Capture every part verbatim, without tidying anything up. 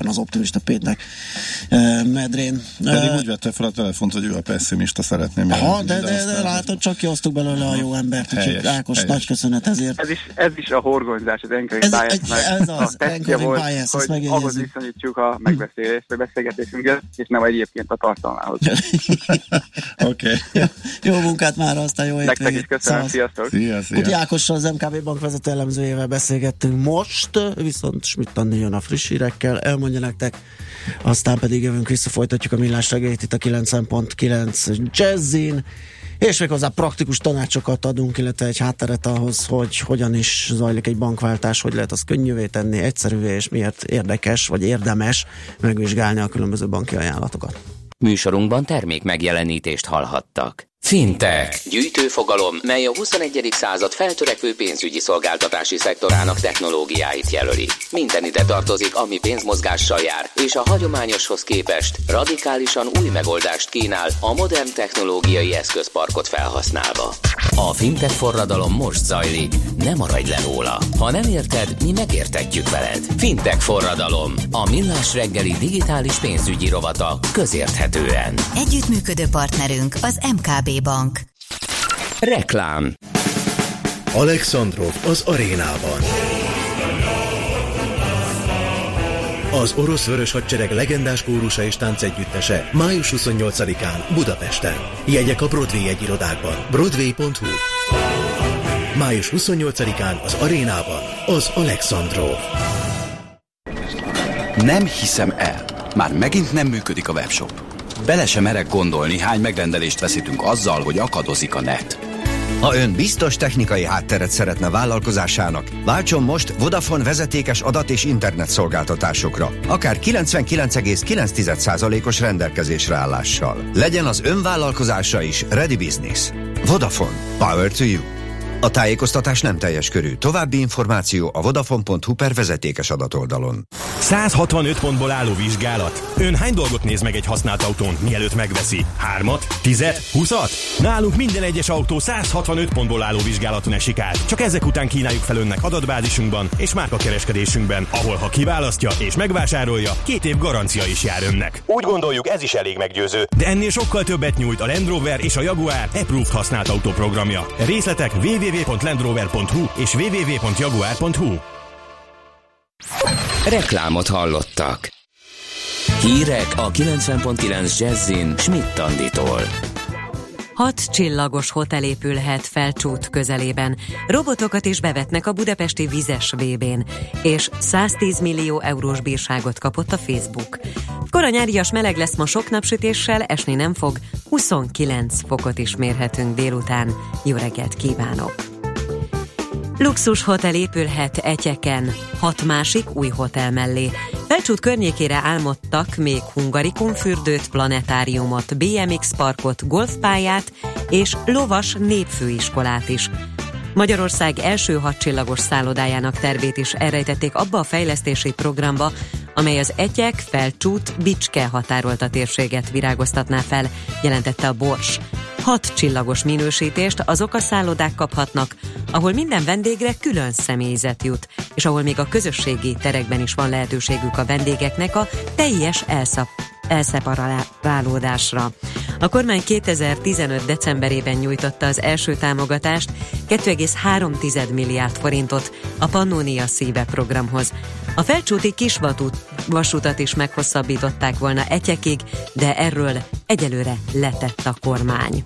éppen az optimista péntek medrén. Pedig úgy vette fel a telefont, hogy ő a pessimista, szeretném Aha, de, de, de, de látod, csak kiosztuk belőle a jó embert, úgyhogy Ákos, helyes. Nagy köszönet ezért. Ez is, ez is a horgonyzás, az encoding bias, ez az, a tesztje volt, bias, hogy ahhoz viszonyítjuk a megbeszélést, vagy beszélgetésünket, és nem egyébként a tartalmához. Oké. Okay. Jó munkát már, aztán jó hétvégét. Nektek is köszönöm, sziasztok. Szia, szia. Kuti Ákossal, az em ká bé Bank vezető elemzőjével beszélgettünk most, viszont Schmidt Andi jön a friss hírekkel, elmondja nektek, aztán pedig jövünk vissza, folytatjuk a millás reggelit itt a kilencven pont kilenc Jazzin, és még hozzá praktikus tanácsokat adunk, illetve egy hátteret ahhoz, hogy hogyan is zajlik egy bankváltás, hogy lehet azt könnyűvé tenni, egyszerűvé, és miért érdekes, vagy érdemes megvizsgálni a különböző banki ajánlatokat. Műsorunkban termék megjelenítést hallhattak. Fintech. Gyűjtőfogalom, mely a huszonegyedik század feltörekvő pénzügyi szolgáltatási szektorának technológiáit jelöli. Minden ide tartozik, ami pénzmozgással jár, és a hagyományoshoz képest radikálisan új megoldást kínál a modern technológiai eszközparkot felhasználva. A fintech forradalom most zajlik, ne maradj le róla. Ha nem érted, mi megértetjük veled. Fintech forradalom, a millás reggeli digitális pénzügyi rovata közérthetően. Együttműködő partnerünk az em ká bé Bank. Reklám. Alexandrov az arénában. Az orosz vörös hadsereg legendás kórusa és táncegyüttese május huszonnyolcadikán Budapesten. Jegyek a Broadway egyirodákban. broadway pont hu. május huszonnyolcadikán az arénában az Alexandrov. Nem hiszem el. Már megint nem működik a webshop. Bele sem merek gondolni, hány megrendelést veszítünk azzal, hogy akadozik a net. Ha ön biztos technikai hátteret szeretne vállalkozásának, váltson most Vodafone vezetékes adat- és internet szolgáltatásokra, akár kilencvenkilenc egész kilenc százalékos rendelkezésre állással. Legyen az ön vállalkozása is Ready Business. Vodafone. Power to you. A tájékoztatás nem teljes körű. További információ a vodafone pont hu per vezetékes adatoldalon. száz hatvanöt pontból álló vizsgálat. Ön hány dolgot néz meg egy használt autón, mielőtt megveszi? Hármat? Tízet? Húszat? Nálunk minden egyes autó száz hatvanöt pontból álló vizsgálaton esik át. Csak ezek után kínáljuk fel önnek adatbázisunkban és márkakereskedésünkben, ahol ha kiválasztja és megvásárolja, két év garancia is jár önnek. Úgy gondoljuk, ez is elég meggyőző. De ennél sokkal többet nyújt a Land Rover és a Jaguar Approved használt autóprogramja. Részletek double-u double-u double-u pont land rover pont hu és double-u double-u double-u pont jaguar pont hu. Reklámot hallottak. Hírek a kilencven pont kilenc Jazzin Schmidt Anditól. Hat csillagos hotel épülhet Felcsút közelében. Robotokat is bevetnek a budapesti vizes vé bén, és száztíz millió eurós bírságot kapott a Facebook. Koranyárias meleg lesz ma sok napsütéssel, esni nem fog, huszonkilenc fokot is mérhetünk délután. Jó reggelt kívánok! Luxus hotel épülhet Etyeken, hat másik új hotel mellé. Felcsút környékére álmodtak még hungarikumfürdőt, planetáriumot, bé em iksz parkot, golfpályát és lovas népfőiskolát is. Magyarország első hatcsillagos szállodájának tervét is elrejtették abba a fejlesztési programba, amely az Etyek, Felcsút, Bicske határolta térséget virágoztatná fel, jelentette a Bors. Hat csillagos minősítést azok a szállodák kaphatnak, ahol minden vendégre külön személyzet jut, és ahol még a közösségi terekben is van lehetőségük a vendégeknek a teljes elszap, elszeparálódásra. A kormány kétezer-tizenöt decemberében nyújtotta az első támogatást, két egész három milliárd forintot a Pannonia Szíve programhoz. A felcsúti kisvasutat is meghosszabbították volna Etyekig, de erről egyelőre letett a kormány.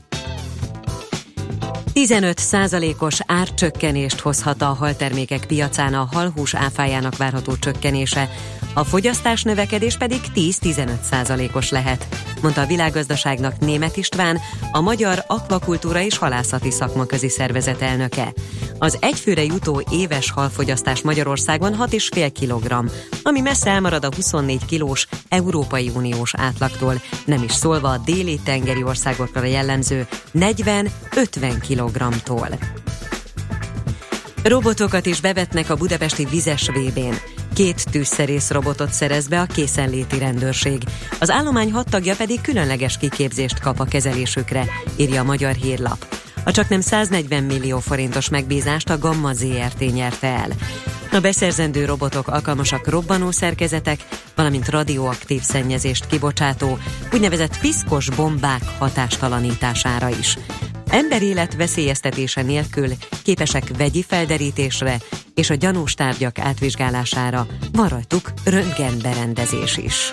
tizenöt százalékos árcsökkenést hozhat a haltermékek piacán a halhús áfájának várható csökkenése, a fogyasztás növekedés pedig tíz-tizenöt százalékos lehet, mondta a Világgazdaságnak Németh István, a Magyar Akvakultúra és Halászati Szakmaközi Szervezet elnöke. Az egyfőre jutó éves halfogyasztás Magyarországon hat egész öt kilogramm, ami messze elmarad a huszonnégy kilós Európai Uniós átlagtól, nem is szólva a déli tengeri országokra jellemző negyven-ötven kilogrammtól. Robotokat is bevetnek a budapesti vizes vé bén. Két tűzszerész robotot szerez be a készenléti rendőrség. Az állomány hat tagja pedig különleges kiképzést kap a kezelésükre, írja a Magyar Hírlap. A csaknem száznegyven millió forintos megbízást a Gamma zé er té nyerte el. A beszerzendő robotok alkalmasak robbanó szerkezetek, valamint radioaktív szennyezést kibocsátó, úgynevezett piszkos bombák hatástalanítására is. Emberélet veszélyeztetése nélkül képesek vegyi felderítésre és a gyanús tárgyak átvizsgálására, van rajtuk röntgenberendezés is.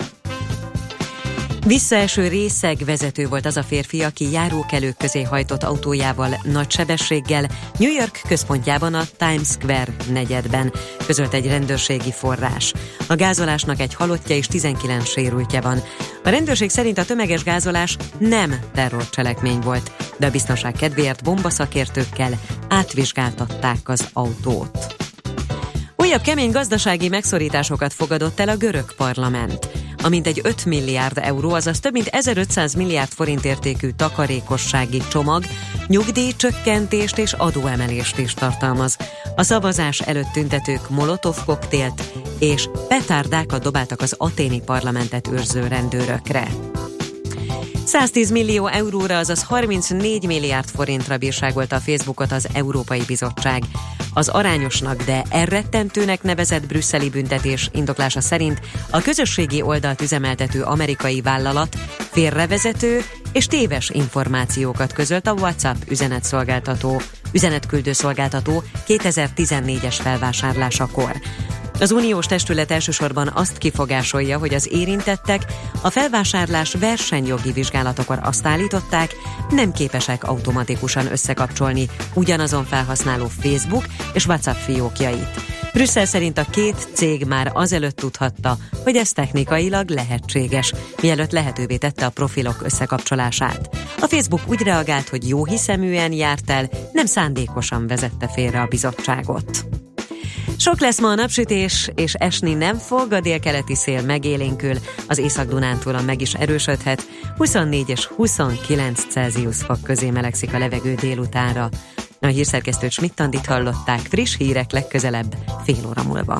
Visszaeső részegvezető volt az a férfi, aki járókelők közé hajtott autójával nagy sebességgel New York központjában a Times Square negyedben, közölt egy rendőrségi forrás. A gázolásnak egy halottja és tizenkilenc sérültje van. A rendőrség szerint a tömeges gázolás nem terrorcselekmény volt, de a biztonság kedvéért bombaszakértőkkel átvizsgáltatták az autót. Újabb kemény gazdasági megszorításokat fogadott el a görög parlament. A mintegy öt milliárd euró, azaz több mint ezerötszáz milliárd forint értékű takarékossági csomag nyugdíjcsökkentést és adóemelést is tartalmaz. A szavazás előtt tüntetők molotov koktélt és petárdákat dobáltak az athéni parlamentet őrző rendőrökre. száztíz millió euróra, azaz harmincnégy milliárd forintra bírságolta a Facebookot az Európai Bizottság. Az arányosnak, de elrettentőnek nevezett brüsszeli büntetés indoklása szerint a közösségi oldalt üzemeltető amerikai vállalat félrevezető és téves információkat közölt a WhatsApp üzenetszolgáltató, üzenetküldő szolgáltató kétezer-tizennégyes felvásárlásakor. Az uniós testület elsősorban azt kifogásolja, hogy az érintettek a felvásárlás versenyjogi vizsgálatokor azt állították, nem képesek automatikusan összekapcsolni ugyanazon felhasználó Facebook és WhatsApp fiókjait. Brüsszel szerint a két cég már azelőtt tudhatta, hogy ez technikailag lehetséges, mielőtt lehetővé tette a profilok összekapcsolását. A Facebook úgy reagált, hogy jóhiszeműen járt el, nem szándékosan vezette félre a bizottságot. Sok lesz ma a napsütés, és esni nem fog, a délkeleti szél megélénkül, az Észak-Dunántúlon meg is erősödhet, huszonnégy és huszonkilenc Celsius fok közé melegszik a levegő délutánra. A hírszerkesztőt Schmidt-Andit hallották, friss hírek legközelebb, fél óra múlva.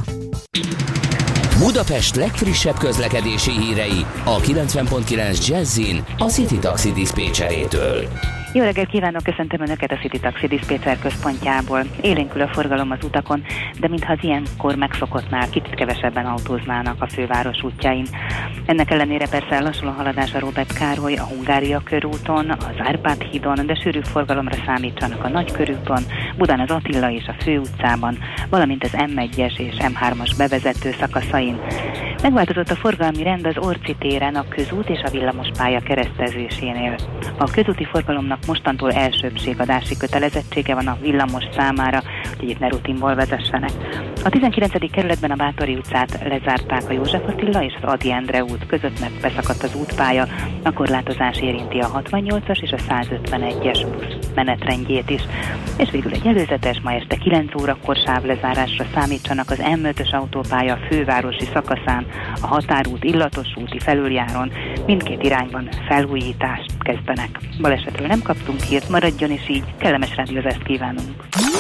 Budapest legfrissebb közlekedési hírei a kilencven pont kilenc Jazzin a City Taxi diszpécserétől. Jó reggelt kívánok, köszöntöm Önöket a City Taxi diszpécser központjából. Élénkül a forgalom az utakon, de mintha az ilyenkor megszokottnál kicsit kevesebben autóznának a főváros útjain. Ennek ellenére persze lassul a haladás a Róbert Károly, a Hungária körúton, az Árpád hídon, de sűrű forgalomra számítsanak a Nagykörúton, Budán az Attila és a Főutcában, valamint az em egyes és em hármas bevezető szakaszain. Megváltozott a forgalmi rend az Orci téren, a közút és a villamospálya keresztezésénél. A közúti forgalomnak mostantól elsőbbségadási kötelezettsége van a villamos számára, hogy itt ne rutinból vezessenek. A tizenkilencedik kerületben a Bátori utcát lezárták a József Attila és az Ady Endre út között, mert beszakadt az útpálya. A korlátozás érinti a hatvannyolcas és a százötvenegyes busz menetrendjét is. És végül egy előzetes, ma este kilenc órakor sávlezárásra számítsanak az em ötös autópálya fővárosi szakaszán, a Határút Illatos úti felüljáron, mindkét irányban felújítást kezdenek. Balesetről nem kaptunk hírt, maradjon is így, kellemes rádiózást kívánunk.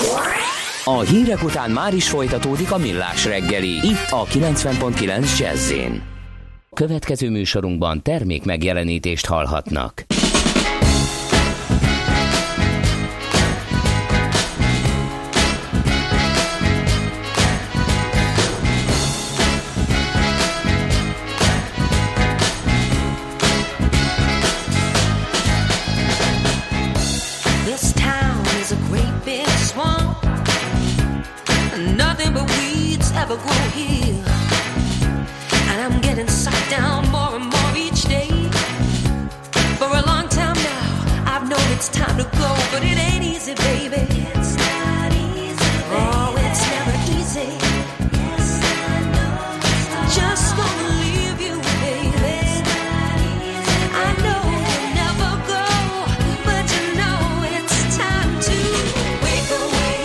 A hírek után már is folytatódik a Millás reggeli, itt a kilencven pont kilenc Jazz-én. Következő műsorunkban termék megjelenítést hallhatnak. Ever grow here, and I'm getting sucked down more and more each day. For a long time now, I've known it's time to go, but it ain't easy, baby. It's not easy, baby. Oh, it's never easy. Yes, I know. Just gonna leave you, baby. It's not easy, baby. I know you'll never go, but you know it's time to wake away.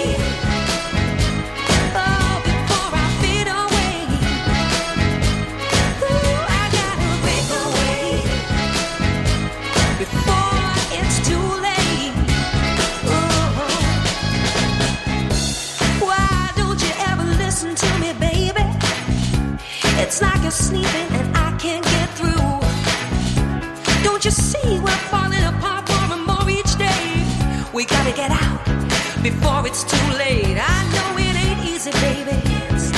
It's like you're sleeping and I can't get through. Don't you see we're falling apart more and more each day? We gotta get out before it's too late. I know it ain't easy, baby. It's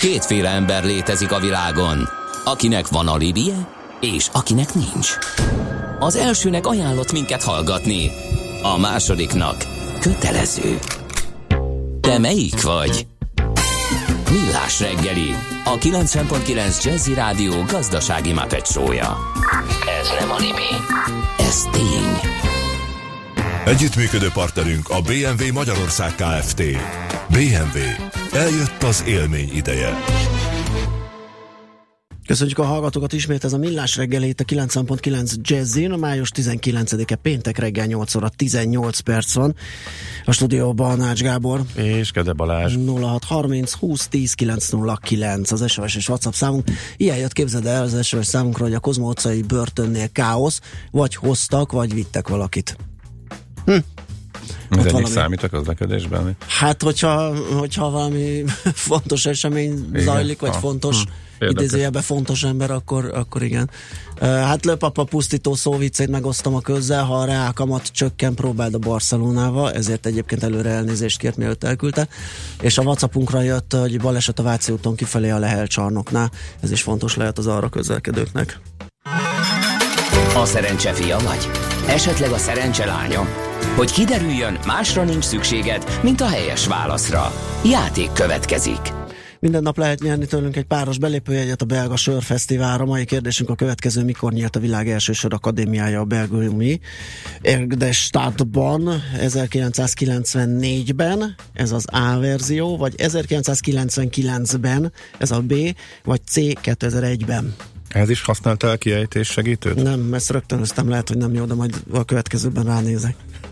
kétféle ember létezik a világon, akinek van alibije, és akinek nincs. Az elsőnek ajánlott minket hallgatni, a másodiknak kötelező. Te melyik vagy? Millás reggeli, a kilencven pont kilenc Jazzy Rádió gazdasági Muppet show-ja. Ez nem anime, ez tény. Együttműködő partnerünk a bé em vé Magyarország Kft. bé em vé. Eljött az élmény ideje. Köszönjük a hallgatókat ismét, ez a Millás reggeli itt a kilencven pont kilenc Jazzin, a május tizenkilencedike péntek reggel nyolc óra tizennyolc perc van. A stúdióban Ács Gábor és Kede Balázs. nulla hat harminc húsz tíz kilenc nulla kilenc az es em es és WhatsApp számunk. Ilyen jött, képzeld el az es em es számunkra, hogy a Kozma utcai börtönnél káosz, vagy hoztak, vagy vittek valakit. Hm. Ez egyik valami... számít a közlekedésben? Hát, hogyha, hogyha valami fontos esemény igen, zajlik, vagy ha. fontos, hm, idézőjelben fontos ember, akkor, akkor igen. Uh, hát Lőpapa pusztító szóviccét megosztom a közzel, ha a reálkamat csökken, próbáld a Barcelonával, ezért egyébként előre elnézést kért, mielőtt elküldte. És a WhatsAppunkra jött, hogy baleset a Váci úton kifelé a Lehel csarnoknál. Ez is fontos lehet az arra közlekedőknek. A szerencse fia vagy? Esetleg a szerencse lánya? Hogy kiderüljön, másra nincs szükséged, mint a helyes válaszra. Játék következik. Minden nap lehet nyerni tőlünk egy páros belépőjegyet a Belga Sörfesztiválra. Mai kérdésünk a következő: mikor nyílt a világ első sör akadémiája a belgiumi Ergdestadtban? ezerkilencszázkilencvennégyben, ez az A verzió, vagy ezerkilencszázkilencvenkilencben, ez a B, vagy C kétezer-egyben? Ez is használtál kiejtés segítőt? Nem, ezt rögtönöztem, lehet, hogy nem jó, de majd a következőben ránézek.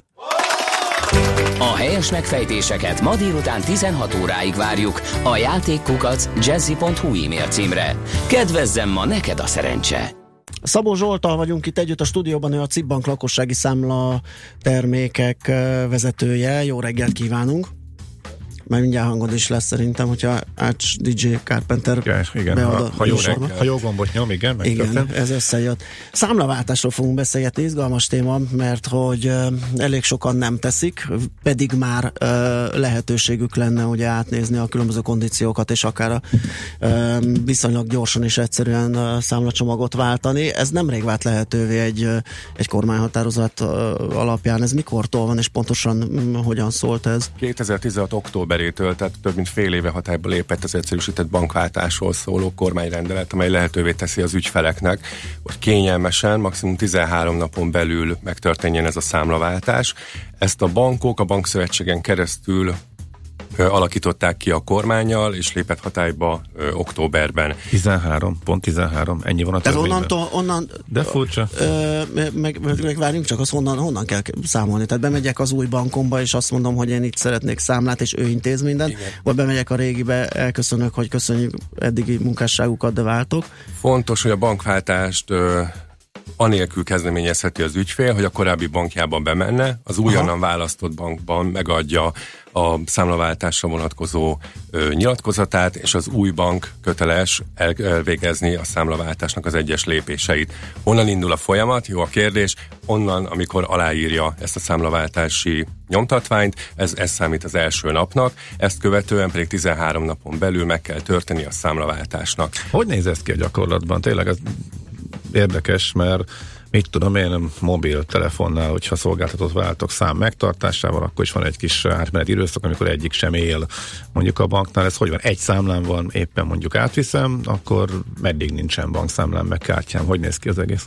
A helyes megfejtéseket ma délután tizenhat óráig várjuk a játékkukac jazzy pont hu e-mail címre. Kedvezzem ma neked a szerencse! Szabó Zsolttal vagyunk itt együtt a stúdióban, ő a cé i bé Bank lakossági számla termékek vezetője. Jó reggelt kívánunk! Majd mindjárt hangod is lesz szerintem, hogyha Ács dé dzsé Carpenter igen, igen, bead ha, ha, jó reggel, ha jó gombot nyom, igen, igen, ez összejött. Számlaváltásról fogunk beszélgetni, izgalmas téma, mert hogy uh, elég sokan nem teszik, pedig már uh, lehetőségük lenne ugye átnézni a különböző kondíciókat, és akár a, uh, viszonylag gyorsan és egyszerűen uh, számlacsomagot váltani. Ez nemrég vált lehetővé egy, uh, egy kormányhatározat uh, alapján. Ez mikortól van, és pontosan um, hogyan szólt ez? kétezer-tizenhat októberétől, tehát több mint fél éve hatályba lépett az egyszerűsített bankváltásról szóló kormányrendelet, amely lehetővé teszi az ügyfeleknek, hogy kényelmesen, maximum tizenhárom napon belül megtörténjen ez a számlaváltás. Ezt a bankok a bankszövetségen keresztül ö, alakították ki a kormánnyal, és lépett hatályba ö, októberben. tizenhárom, pont tizenhárom, ennyi van a törvényben. Tehát onnantól, onnan... De furcsa. Ö, meg, meg, meg várjunk csak, az honnan, honnan kell számolni. Tehát bemegyek az új bankomba, és azt mondom, hogy én itt szeretnék számlát, és ő intéz mindent, igen. Vagy bemegyek a régibe, elköszönök, hogy köszönjük eddigi munkásságukat, de váltok. Fontos, hogy a bankváltást... Ö, anélkül kezdeményezheti az ügyfél, hogy a korábbi bankjában bemenne, az újonnan választott bankban megadja a számlaváltásra vonatkozó ö, nyilatkozatát, és az új bank köteles el, elvégezni a számlaváltásnak az egyes lépéseit. Honnan indul a folyamat? Jó a kérdés. Onnan, amikor aláírja ezt a számlaváltási nyomtatványt, ez, ez számít az első napnak, ezt követően pedig tizenhárom napon belül meg kell történni a számlaváltásnak. Hogy néz ez ki a gyakorlatban? Tényleg ez érdekes, mert mit tudom én, mobiltelefonnál, hogyha szolgáltatót váltok szám megtartásával, akkor is van egy kis átmeneti időszak, amikor egyik sem él. Mondjuk a banknál ez hogy van? Egy számlám van, éppen mondjuk átviszem, akkor meddig nincsen bankszámlám meg kártyám? Hogy néz ki az egész?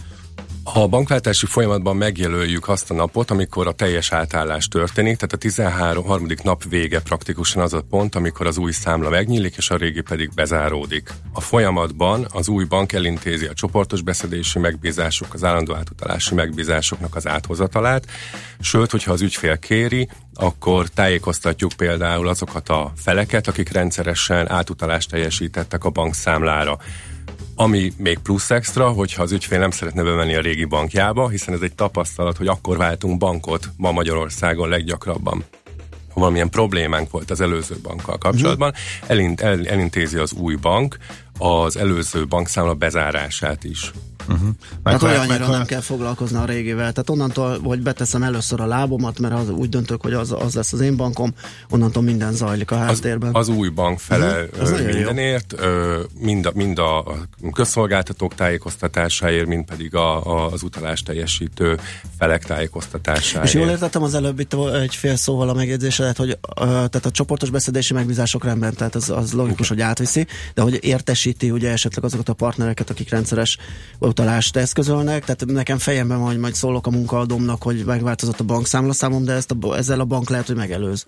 A bankváltási folyamatban megjelöljük azt a napot, amikor a teljes átállás történik, tehát a tizenhárom nap vége praktikusan az a pont, amikor az új számla megnyílik, és a régi pedig bezáródik. A folyamatban az új bank elintézi a csoportos beszedési megbízások, az állandó átutalási megbízásoknak az áthozatalát, sőt, hogyha az ügyfél kéri, akkor tájékoztatjuk például azokat a feleket, akik rendszeresen átutalást teljesítettek a bankszámlára. Ami még plusz extra, hogyha az ügyfél nem szeretne bemenni a régi bankjába, hiszen ez egy tapasztalat, hogy akkor váltunk bankot ma Magyarországon leggyakrabban. Ha valamilyen problémánk volt az előző bankkal kapcsolatban, elint, el, elintézi az új bank az előző bankszámla bezárását is. Uh-huh. Tehát olyannyira nem kell foglalkozni a régivel. Tehát onnantól, hogy beteszem először a lábomat, mert az, úgy döntök, hogy az, az lesz az én bankom, onnantól minden zajlik a háttérben. Az, az új bank felel uh-huh. mindenért, mind a, mind a közszolgáltatók tájékoztatásáért, mind pedig a, a, az utalás teljesítő felek tájékoztatásáért. És jól értettem az előbb itt egy fél szóval a megjegyzésedet, hogy uh, tehát a csoportos beszedési megbízások rendben, tehát az, az logikus, okay. hogy átviszi, de hogy értesíti ugye esetleg azokat a partnereket, akik rendszeres utalást eszközölnek, tehát nekem fejemben van, hogy majd szólok a munkaadómnak, hogy megváltozott a bankszámlaszámom, de ezt a, ezzel a bank lehet, hogy megelőz.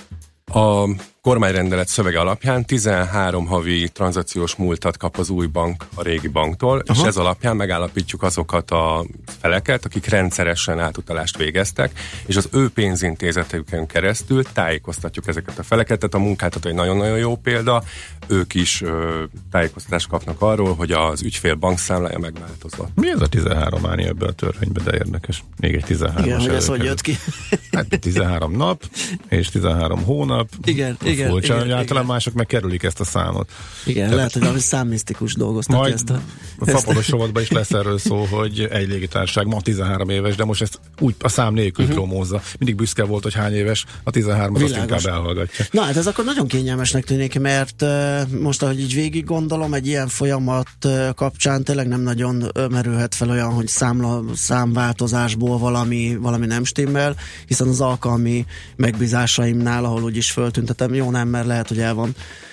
A kormányrendelet szövege alapján tizenhárom havi tranzakciós múltat kap az új bank a régi banktól, aha. és ez alapján megállapítjuk azokat a feleket, akik rendszeresen átutalást végeztek, és az ő pénzintézetükön keresztül tájékoztatjuk ezeket a feleket, tehát a munkáltató egy nagyon-nagyon jó példa, ők is ö, tájékoztatást kapnak arról, hogy az ügyfél bankszámlája megváltozott. Mi ez a tizenhárom állni ebben a törvényben, de érdekes. Még egy tizenhárom. Igen, hogy ez hogy jött ki? Hát tizenhárom nap, és tizenhárom hónap. Igen, igen. Furcsa, igen, hogy igen. általán mások megkerülik ezt a számot. Igen, tehát, lehet, hogy valami számmisztikus dolgoztak majd ezt a... a fapados rovatban is lesz erről szó, hogy egy légitársaság ma tizenhárom éves, de most ezt úgy a szám nélkül uh-huh. promózza. Mindig büszke volt, hogy hány éves, a tizenhárom azt inkább elhallgatja. Na hát ez akkor nagyon kényelmesnek tűnik, mert uh, most, ahogy így végig gondolom, egy ilyen folyamat uh, kapcsán tényleg nem nagyon uh, merülhet fel olyan, hogy számla, számváltozásból valami, valami nem stimmel, hiszen az alkalmi megbízásaimnál, ahol úgyis föltüntetem, jó nem, mert lehet, hogy el van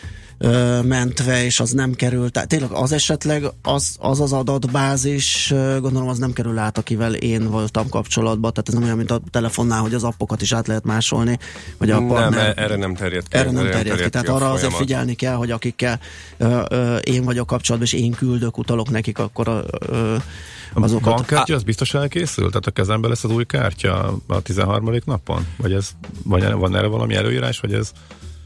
ö, mentve, és az nem kerül, tehát tényleg az esetleg az az, az adatbázis, ö, gondolom az nem kerül át, akivel én voltam kapcsolatban, tehát ez nem olyan, mint a telefonnál, hogy az appokat is át lehet másolni, vagy a partner... Nem, erre nem terjed ki. Erre nem terjed, terjed ki, tehát arra folyamat. Azért figyelni kell, hogy akikkel ö, ö, én vagyok kapcsolatban, és én küldök, utalok nekik, akkor ö, azokat... A bankkártya az biztos elkészül? Tehát a kezemben lesz az új kártya a tizenharmadik napon? Vagy ez, vagy van erre valami előírás, vagy ez...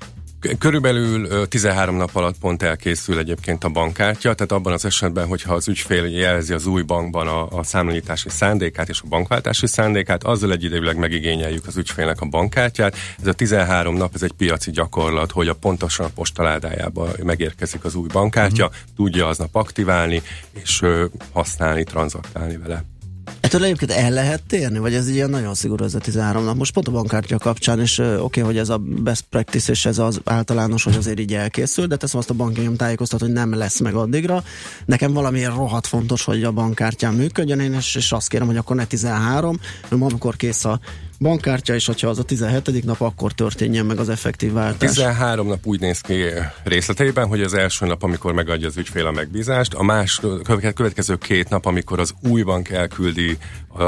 Körülbelül tizenhárom nap alatt pont elkészül egyébként a bankkártya, tehát abban az esetben, hogyha az ügyfél jelzi az új bankban a, a számlanyítási szándékát és a bankváltási szándékát, azzal egyidejűleg megigényeljük az ügyfélnek a bankkártyát. Ez a tizenhárom nap, ez egy piaci gyakorlat, hogy a pontosan a postaládájába megérkezik az új bankkártya, uh-huh. tudja aznap aktiválni és ö, használni, tranzaktálni vele. Ettől egyébként el lehet térni, vagy ez ilyen nagyon szigorú ez a tizenhárom nap? Most pont a bankkártya kapcsán, és oké, okay, hogy ez a best practice, és ez az általános, hogy azért így elkészül, de teszem azt a bankjegyem tájékoztat, hogy nem lesz meg addigra. Nekem valamiért rohadt fontos, hogy a bankkártyám működjön, én és, és azt kérem, hogy akkor ne tizenhárom, mert amikor kész a bankkártya, és hogyha az a tizenhetedik nap, akkor történjen meg az effektív váltás. tizenhárom nap úgy néz ki részleteiben, hogy az első nap, amikor megadja az ügyfél a megbízást, a más, következő két nap, amikor az új bank elküldi a,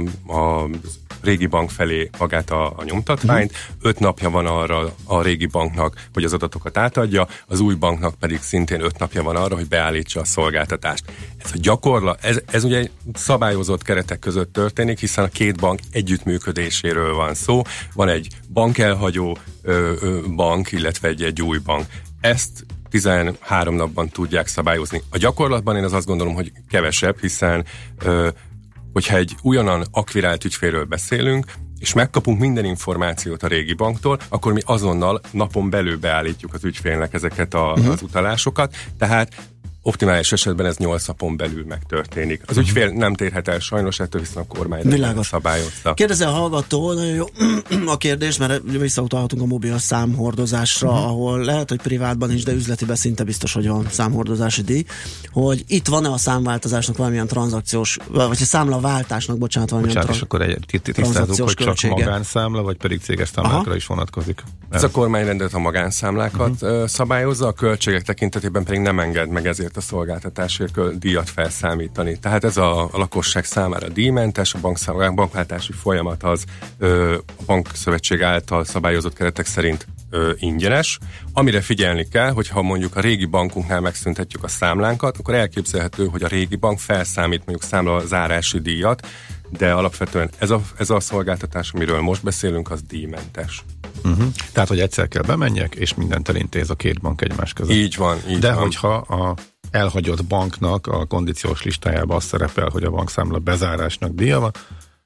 a régi bank felé magát a, a nyomtatványt, uh-huh. öt napja van arra a régi banknak, hogy az adatokat átadja, az új banknak pedig szintén öt napja van arra, hogy beállítsa a szolgáltatást. Ez a gyakorlat, ez, ez ugye szabályozott keretek között történik, hiszen a két bank együttműködéséről van szó. Van egy bankelhagyó ö, ö, bank, illetve egy, egy új bank. Ezt tizenhárom napban tudják szabályozni. A gyakorlatban én az azt gondolom, hogy kevesebb, hiszen ö, hogyha egy újonnan akvirált ügyfélről beszélünk, és megkapunk minden információt a régi banktól, akkor mi azonnal napon belül beállítjuk az ügyfélnek ezeket a, uh-huh. az utalásokat, tehát optimális esetben ez nyolc napon belül megtörténik. Az uh-huh. ügyfél nem térhet el sajnos ettől, hiszen a kormány szabályozta. Kérdezi a hallgató, nagyon jó a kérdés, mert visszautalhatunk a mobil számhordozásra, uh-huh. ahol lehet, hogy privátban is, de üzletiben szinte biztos, hogy van számhordozási díj, hogy itt van-e a számváltozásnak valamilyen tranzakciós, vagy a számlaváltásnak, bocsánat, valamilyen bocsánat, tra- és akkor egy tisztázunk, hogy csak magánszámla, vagy pedig céges számlákra Aha. is vonatkozik. Ez a kormányrendelet a magánszámlákat uh-huh. szabályozza, a költségek tekintetében pedig nem enged meg ezért a szolgáltatásért díjat felszámítani. Tehát ez a, a lakosság számára díjmentes, a bankszámlák, bankváltási folyamat az ö, a bankszövetség által szabályozott keretek szerint ö, ingyenes. Amire figyelni kell, hogyha mondjuk a régi bankunknál megszüntetjük a számlánkat, akkor elképzelhető, hogy a régi bank felszámít mondjuk számlazárási díjat, de alapvetően ez a, ez a szolgáltatás, amiről most beszélünk, az díjmentes. Uh-huh. Tehát, hogy egyszer kell bemenjek, és mindent elintéz a két bank egymás között. Így van, így de van. hogyha a elhagyott banknak a kondíciós listájában az szerepel, hogy a bankszámla bezárásnak díja van,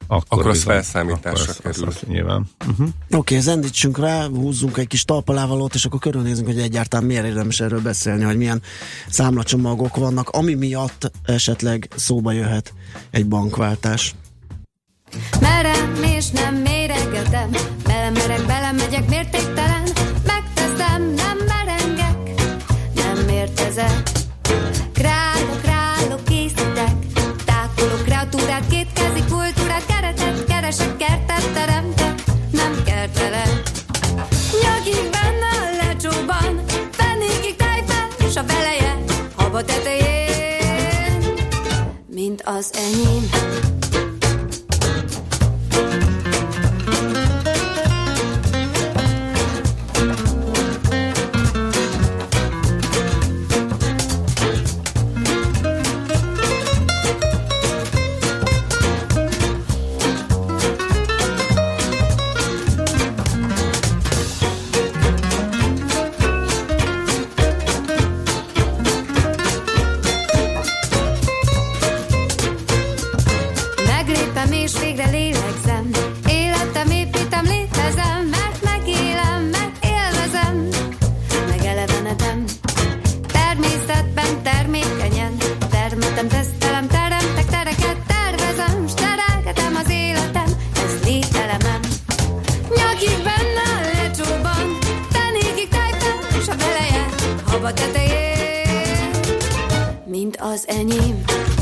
akkor, akkor az bizony, felszámításra akkor kerül. az, az nyilván. Uh-huh. Oké, okay, zendítsünk rá, húzzunk egy kis talpalávalót, és akkor körülnézünk, hogy egyáltalán miért érdemes erről beszélni, hogy milyen számlacsomagok vannak, ami miatt esetleg szóba jöhet egy bankváltás. Merem és nem méregetem, belemerek, belemegyek mértéktelen, megteszem, nem merengek, nem mértezek. Králok, králok, készítek, tákolok, kreatúrát, kétkezi kultúrát, keretet, keresek, kertet teremtek, nem kertelek. Nyakig benne a lecsóban, fenékig tejfel, és a veleje, haba tetején, mint az enyém. Mint az enyém.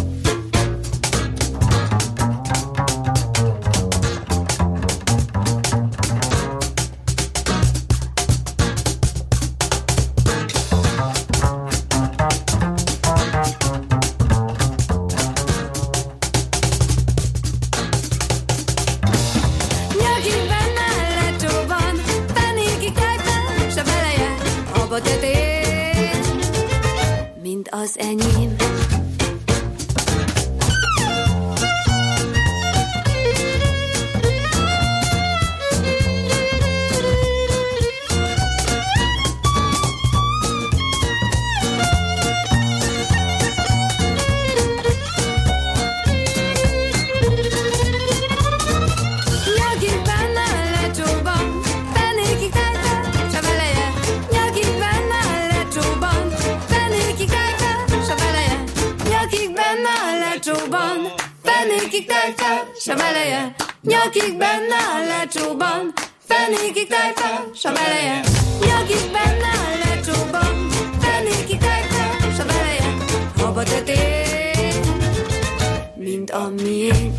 Az enyém. Fenékig tejfel, s a veleje, nyakig benne a lecsóban. Fenékig tejfel, s a veleje, nyakig benne a lecsóban. Fenékig tejfel, s a veleje, haba tetén, mint a miénk.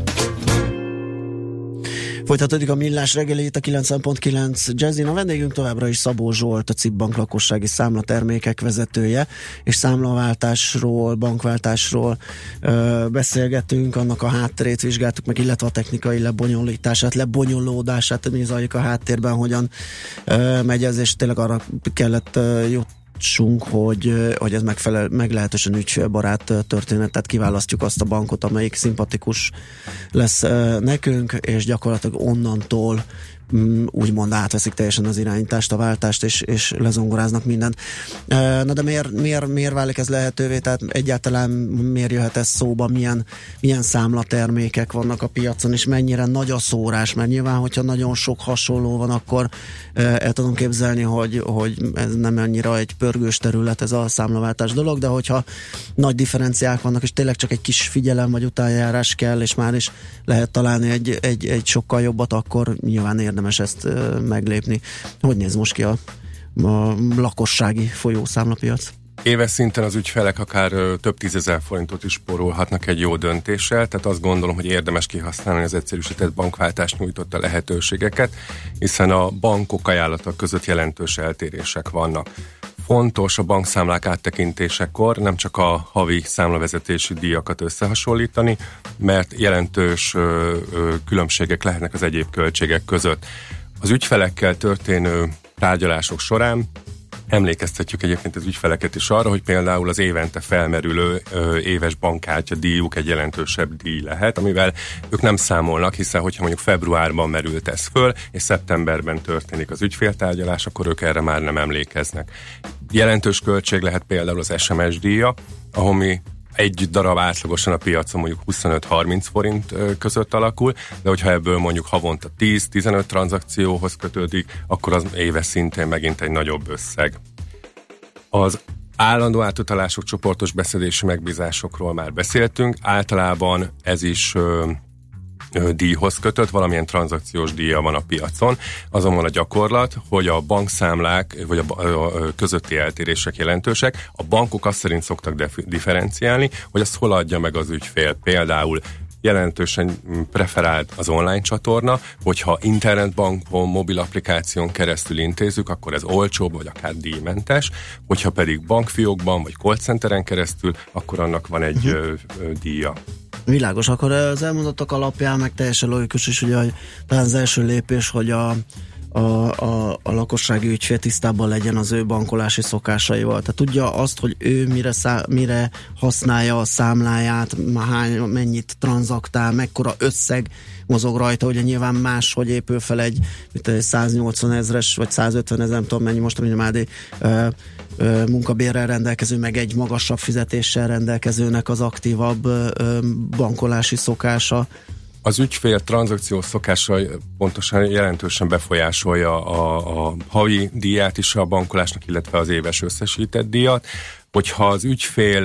Folytatódik a Millás reggeli, itt a kilencven pont kilenc Jazzin. A vendégünk továbbra is Szabó Zsolt, a CIP Bank lakossági számlatermékek vezetője, és számlaváltásról, bankváltásról ö, beszélgetünk, annak a hátterét vizsgáltuk meg, illetve a technikai lebonyolítását, lebonyolódását, mi zajlik a háttérben, hogyan ö, megy ez, és tényleg arra kellett ö, jutni, hogy, hogy ez megfelel, meglehetősen ügyfélbarát történet, tehát kiválasztjuk azt a bankot, amelyik szimpatikus lesz nekünk, és gyakorlatilag onnantól úgymond átveszik teljesen az irányítást, a váltást, és, és lezongoráznak mindent. Na de miért, miért, miért válik ez lehetővé? Tehát egyáltalán miért jöhet ez szóba? Milyen, milyen számlatermékek vannak a piacon, és mennyire nagy a szórás? Mert nyilván, hogyha nagyon sok hasonló van, akkor el tudom képzelni, hogy, hogy ez nem annyira egy pörgős terület ez a számlaváltás dolog, de hogyha nagy differenciák vannak, és tényleg csak egy kis figyelem vagy utánjárás kell, és már is lehet találni egy, egy, egy sokkal jobbat, akkor nyilván érdemes ezt uh, meglépni. Hogy néz most ki a, a lakossági folyószámlapiac? Éves szinten az ügyfelek akár ö, több tízezer forintot is spórolhatnak egy jó döntéssel, tehát azt gondolom, hogy érdemes kihasználni az egyszerűsített bankváltást nyújtotta lehetőségeket, hiszen a bankok ajánlatok között jelentős eltérések vannak. Fontos a bankszámlák áttekintésekor nem csak a havi számlavezetési díjakat összehasonlítani, mert jelentős ö, ö, különbségek lehetnek az egyéb költségek között. Az ügyfelekkel történő tárgyalások során emlékeztetjük egyébként az ügyfeleket is arra, hogy például az évente felmerülő ö, éves bankkártya díjuk egy jelentősebb díj lehet, amivel ők nem számolnak, hiszen hogyha mondjuk februárban merült ez föl, és szeptemberben történik az ügyféltárgyalás, akkor ők erre már nem emlékeznek. Jelentős költség lehet például az es em es díja, ahol mi egy darab átlagosan a piacon mondjuk huszonöt-harminc forint között alakul, de hogyha ebből mondjuk havonta tíz-tizenöt tranzakcióhoz kötődik, akkor az éves szintén megint egy nagyobb összeg. Az állandó átutalások, csoportos beszedési megbízásokról már beszéltünk, általában ez is ö, ö, díjhoz kötött, valamilyen tranzakciós díja van a piacon, azonban a gyakorlat, hogy a bankszámlák vagy a, a, a közötti eltérések jelentősek, a bankok azt szerint szoktak def- differenciálni, hogy azt hol adja meg az ügyfél. Például jelentősen preferált az online csatorna, hogyha internetbankon, mobil applikáción keresztül intézzük, akkor ez olcsóbb, vagy akár díjmentes, hogyha pedig bankfiókban, vagy call centeren keresztül, akkor annak van egy uh-huh. ö, ö, díja. Világos, akkor az elmondottak alapján meg teljesen logikus is, ugye, hogy talán az első lépés, hogy a A, a, a lakossági ügyfél tisztában legyen az ő bankolási szokásaival. Tehát tudja azt, hogy ő mire, szá, mire használja a számláját, hány, mennyit tranzaktál, mekkora összeg mozog rajta, ugye nyilván más, hogy épül fel egy, egy száznyolcvan ezres, vagy százötven ezer, nem tudom mennyi most, a Mádi ö, ö, munkabérrel rendelkező, meg egy magasabb fizetéssel rendelkezőnek az aktívabb ö, bankolási szokása. Az ügyfél tranzakciós szokása pontosan jelentősen befolyásolja a, a havi díját is a bankolásnak, illetve az éves összesített díjat. Hogyha az ügyfél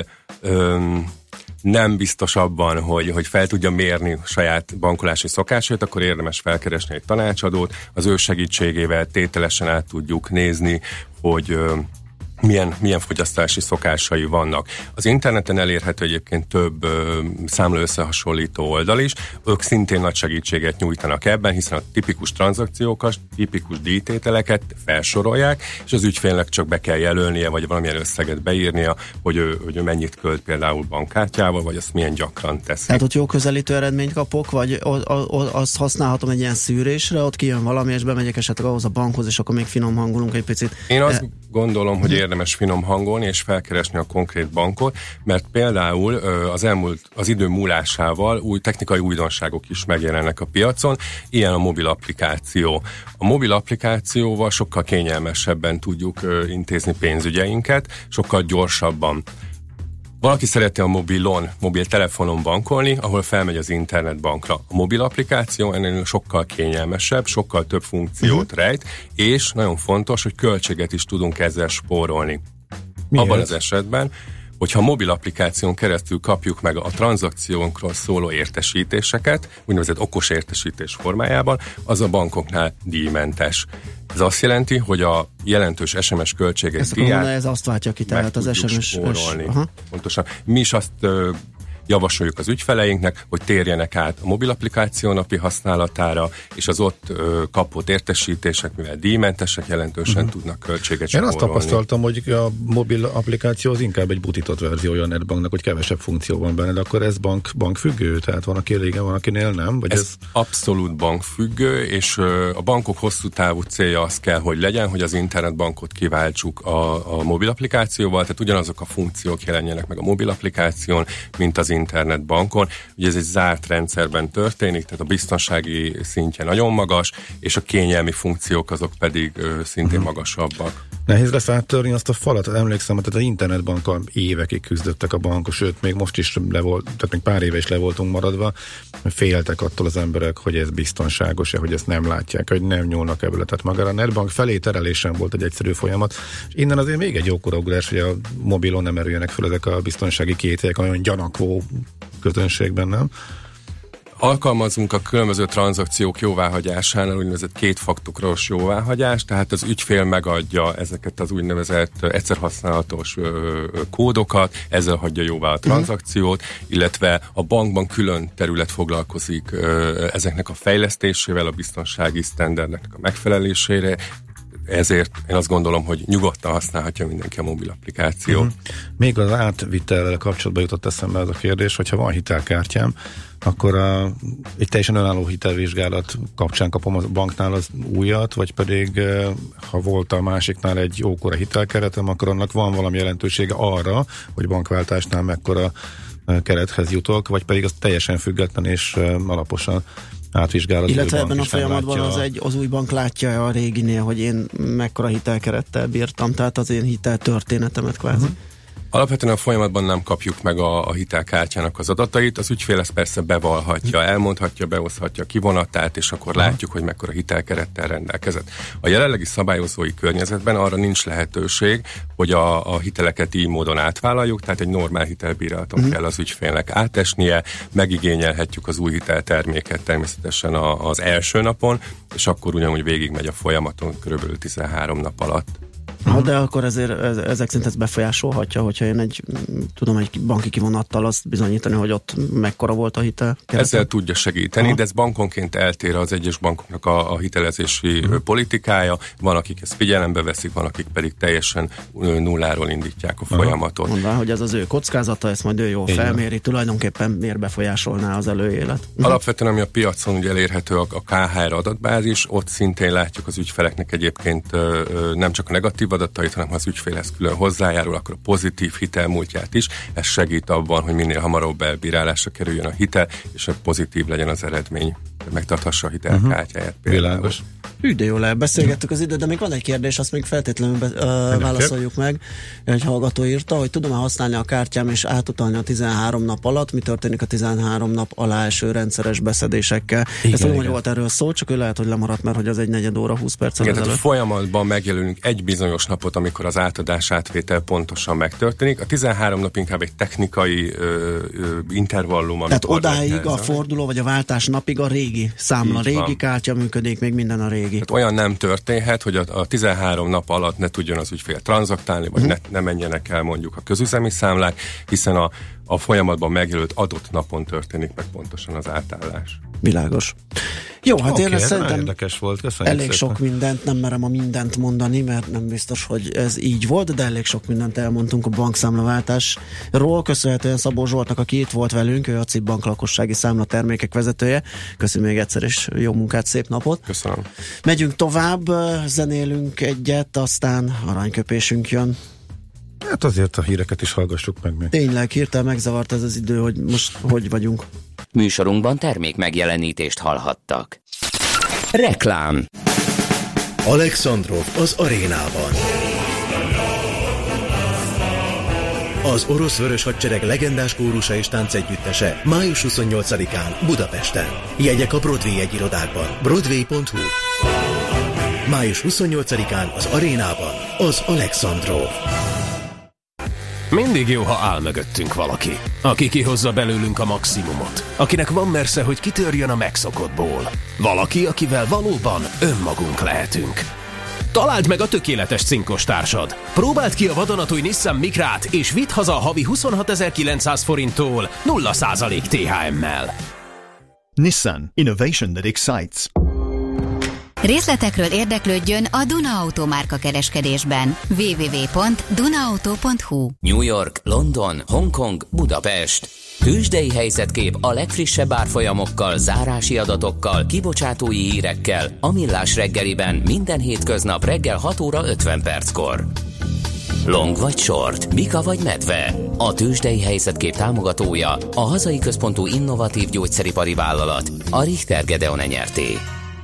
öm, nem biztos abban, hogy, hogy fel tudja mérni saját bankolási szokásait, akkor érdemes felkeresni egy tanácsadót, az ő segítségével tételesen át tudjuk nézni, hogy öm, Milyen, milyen fogyasztási szokásai vannak. Az interneten elérhető egyébként több ö, számla összehasonlító oldal is, ők szintén nagy segítséget nyújtanak ebben, hiszen a tipikus tranzakciókat, tipikus díjtételeket felsorolják, és az ügyfélnek csak be kell jelölnie, vagy valamilyen összeget beírnia, hogy ő, hogy ő mennyit költ például bankkártyával, vagy azt milyen gyakran teszi. Tehát ott jó közelítő eredményt kapok, vagy o, o, o, azt használhatom egy ilyen szűrésre, ott kijön valami, és bemegyek esetleg ahhoz a bankhoz, és akkor még finom hangolunk egy picit. Én azt e- gondolom, hogy érdemes finom hangolni és felkeresni a konkrét bankot, mert például az elmúlt, az idő múlásával új technikai újdonságok is megjelennek a piacon, ilyen a mobil applikáció. A mobil applikációval sokkal kényelmesebben tudjuk intézni pénzügyeinket, sokkal gyorsabban. Valaki szereti a mobilon, mobiltelefonon bankolni, ahol felmegy az internetbankra. A mobil applikáció ennél sokkal kényelmesebb, sokkal több funkciót uh-huh. rejt, és nagyon fontos, hogy költséget is tudunk ezzel spórolni. Miért? Abban az esetben, hogyha a mobil applikáción keresztül kapjuk meg a tranzakciónkról szóló értesítéseket, úgynevezett okos értesítés formájában, az a bankoknál díjmentes. Ez azt jelenti, hogy a jelentős es em es költségek díját ez azt váltja ki, tehát az es em es. Pontosan. Mi is azt ö, javasoljuk az ügyfeleinknek, hogy térjenek át a mobil applikáció napi használatára, és az ott ö, kapott értesítések, mivel díjmentesek, jelentősen uh-huh. tudnak költséget spórolni. Én azt tapasztaltam, hogy a mobil applikáció az inkább egy butított verziója a netbanknak, hogy kevesebb funkció van benne, de akkor ez bank, bankfüggő? Tehát van, aki régen, van, akinél nem? Vagy ez, ez abszolút bankfüggő, és ö, a bankok hosszú távú célja az kell, hogy legyen, hogy az internetbankot kiváltsuk a, a mobil applikációval, tehát ugyanazok a funkciók jelenjenek meg a mobil applikáción, mint az internetbankon. Ugye ez egy zárt rendszerben történik, tehát a biztonsági szintje nagyon magas, és a kényelmi funkciók azok pedig ö, szintén uh-huh. magasabbak. Nehéz lesz áttörni azt a falat, emlékszem, tehát az internetbankkal évekig küzdöttek a bankok, sőt, még most is le volt, tehát még pár éve is le voltunk maradva, féltek attól az emberek, hogy ez biztonságos-e, hogy ezt nem látják, hogy nem nyúlnak ebből. Tehát magára a netbank felé terelésen volt egy egyszerű folyamat, és innen azért még egy jókora ugrás, hogy a mobilon nem erüljenek fel ezek a biztonsági kételyek, olyan gyanakvó közönségben, nem? Alkalmazunk a különböző tranzakciók jóváhagyásánál úgynevezett kétfaktoros jóváhagyás, tehát az ügyfél megadja ezeket az úgynevezett egyszerhasználatos ö, ö, kódokat, ezzel hagyja jóvá a tranzakciót, illetve a bankban külön terület foglalkozik ö, ezeknek a fejlesztésével, a biztonsági sztenderdeknek a megfelelésére, ezért én azt gondolom, hogy nyugodtan használhatja mindenki a mobil applikációt. Uh-huh. Még az átvitellel kapcsolatban jutott eszembe az a kérdés, hogyha van hitelkártyám, akkor a, egy teljesen önálló hitelvizsgálat kapcsán kapom a banknál az újat, vagy pedig ha volt a másiknál egy jókora hitelkeretem, akkor annak van valami jelentősége arra, hogy bankváltásnál mekkora kerethez jutok, vagy pedig az teljesen független és alaposan átvizsgálat. Illetve ebben a folyamatban az, egy, az új bank látja a réginél, hogy én mekkora hitelkerettel bírtam, tehát az én hiteltörténetemet kvázi. Uh-huh. Alapvetően a folyamatban nem kapjuk meg a, a hitelkártyának az adatait, az ügyfél ezt persze bevallhatja, elmondhatja, behozhatja kivonatát, és akkor látjuk, hogy mekkora hitelkerettel rendelkezett. A jelenlegi szabályozói környezetben arra nincs lehetőség, hogy a, a hiteleket így módon átvállaljuk, tehát egy normál hitelbírálaton uh-huh. kell az ügyfélnek átesnie, megigényelhetjük az új hitelterméket természetesen a, az első napon, és akkor ugyanúgy végigmegy a folyamaton körülbelül tizenhárom nap alatt. Ha, de akkor ezért ez, ezek szerint ez befolyásolhatja, hogyha én egy, tudom, egy banki kivonattal azt bizonyítani, hogy ott mekkora volt a hitel kerete. Ezzel tudja segíteni, Aha. de ez bankonként eltér az egyes bankoknak a, a hitelezési uh-huh. politikája. Van, akik ezt figyelembe veszik, van, akik pedig teljesen nulláról indítják a uh-huh. folyamatot. Mondván, hogy ez az ő kockázata, ezt majd ő jól Igen. felméri, tulajdonképpen miért befolyásolná az előélet. Uh-huh. Alapvetően, ami a piacon ugye elérhető a, a ká há er adatbázis, ott szintén látjuk az ügyfeleknek egyébként ö, ö, nem csak a negatív adatait, hanem ha az ügyfélhez külön hozzájárul, akkor a pozitív hitelmúltját is. Ez segít abban, hogy minél hamarabb elbírálásra kerüljön a hitel, és pozitív legyen az eredmény. Megtarthassa a hitelkártyáját uh-huh. például. Hű, de jól beszélgettük az időt, de még van egy kérdés, azt még feltétlenül be, uh, válaszoljuk meg. Egy hallgató írta, hogy tudom-e használni a kártyám és átutalni a tizenhárom nap alatt, mi történik a tizenhárom nap alá eső rendszeres beszedésekkel. Igen, ezt tudom, hogy volt erről szó, csak ő lehet, hogy lemaradt, mert hogy az egy negyed óra, húsz perc. Igen, tehát a folyamatban megjelölünk egy bizonyos napot, amikor az átadás átvétel pontosan megtörténik. A tizenhárom nap inkább egy technikai ö, ö, intervallum. Tehát odáig a forduló vagy a váltás napig a régi számla, régi van. Kártya működik, még minden a régi. Tehát olyan nem történhet, hogy a, a tizenhárom nap alatt ne tudjon az ügyfél tranzaktálni, vagy uh-huh. ne, ne menjenek el mondjuk a közüzemi számlák, hiszen a, a folyamatban megjelölt adott napon történik meg pontosan az átállás. Világos. Jó, hát okay, én ezt szerintem érdekes volt. Köszönjük elég szépen. Sok mindent, nem merem a mindent mondani, mert nem biztos, hogy ez így volt, de elég sok mindent elmondtunk a bankszámlaváltásról. Köszönhetően Szabó Zsoltnak, aki itt volt velünk, ő a cé i Bank lakossági számla termékek vezetője. Köszönöm még egyszer, és jó munkát, szép napot. Köszönöm. Megyünk tovább, zenélünk egyet, aztán aranyköpésünk jön. Hát azért a híreket is hallgassuk meg még. Tényleg, hirtelen megzavart ez az idő, hogy most hogy vagyunk. Műsorunkban termék megjelenítést hallhattak. Reklám. Alexandrov az arénában. Az orosz vörös hadsereg legendás kórusa és táncegyüttese május huszonnyolcadikán Budapesten. Jegyek a Broadway jegyirodákban. broadway pont hu. május huszonnyolcadikán az arénában az Alexandrov. Mindig jó, ha áll mögöttünk valaki, aki kihozza belőlünk a maximumot, akinek van mersze, hogy kitörjön a megszokottból. Valaki, akivel valóban önmagunk lehetünk. Találd meg a tökéletes cinkos társad. Próbáld ki a vadonatúj Nissan Micrát, és vidd haza a havi huszonhatezer-kilencszáz forinttól nulla százalék té há em-mel. Nissan. Innovation that excites. Részletekről érdeklődjön a Duna Auto márka kereskedésben. double-u double-u double-u pont duna auto pont hu. New York, London, Hongkong, Budapest. Tőzsdei helyzetkép a legfrissebb árfolyamokkal, zárási adatokkal, kibocsátói hírekkel a Millás reggeliben minden hétköznap reggel hat óra ötven perckor. Long vagy short, bika vagy medve. A tőzsdei helyzetkép támogatója a hazai központú innovatív gyógyszeripari vállalat, a Richter Gedeon Nyrt.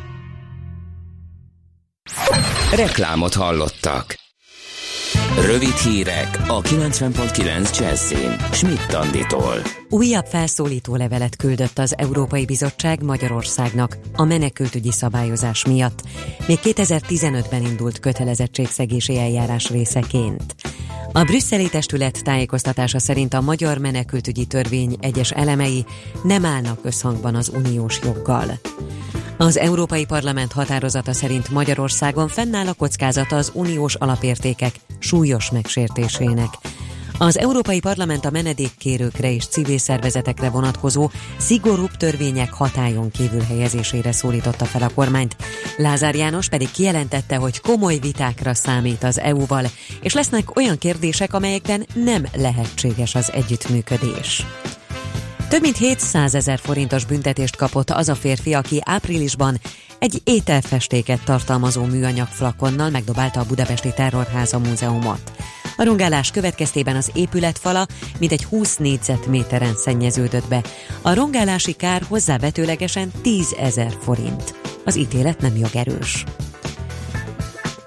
Reklámot hallottak. Rövid hírek a kilencven pont kilenc Jazzin Schmidt Anditól. Újabb felszólító levelet küldött az Európai Bizottság Magyarországnak a menekültügyi szabályozás miatt, még kétezer-tizenötben indult kötelezettségszegési eljárás részeként. A brüsszeli testület tájékoztatása szerint a magyar menekültügyi törvény egyes elemei nem állnak összhangban az uniós joggal. Az Európai Parlament határozata szerint Magyarországon fennáll a kockázata az uniós alapértékek súlyos megsértésének. Az Európai Parlament a menedékkérőkre és civil szervezetekre vonatkozó szigorúbb törvények hatályon kívül helyezésére szólította fel a kormányt. Lázár János pedig kijelentette, hogy komoly vitákra számít az é u-val, és lesznek olyan kérdések, amelyekben nem lehetséges az együttműködés. Több mint hétszázezer forintos büntetést kapott az a férfi, aki áprilisban egy ételfestéket tartalmazó műanyag flakonnal megdobálta a budapesti Terrorháza múzeumot. A rongálás következtében az épület fala mintegy húsz négyzetméteren szennyeződött be. A rongálási kár hozzávetőlegesen tízezer forint. Az ítélet nem jogerős.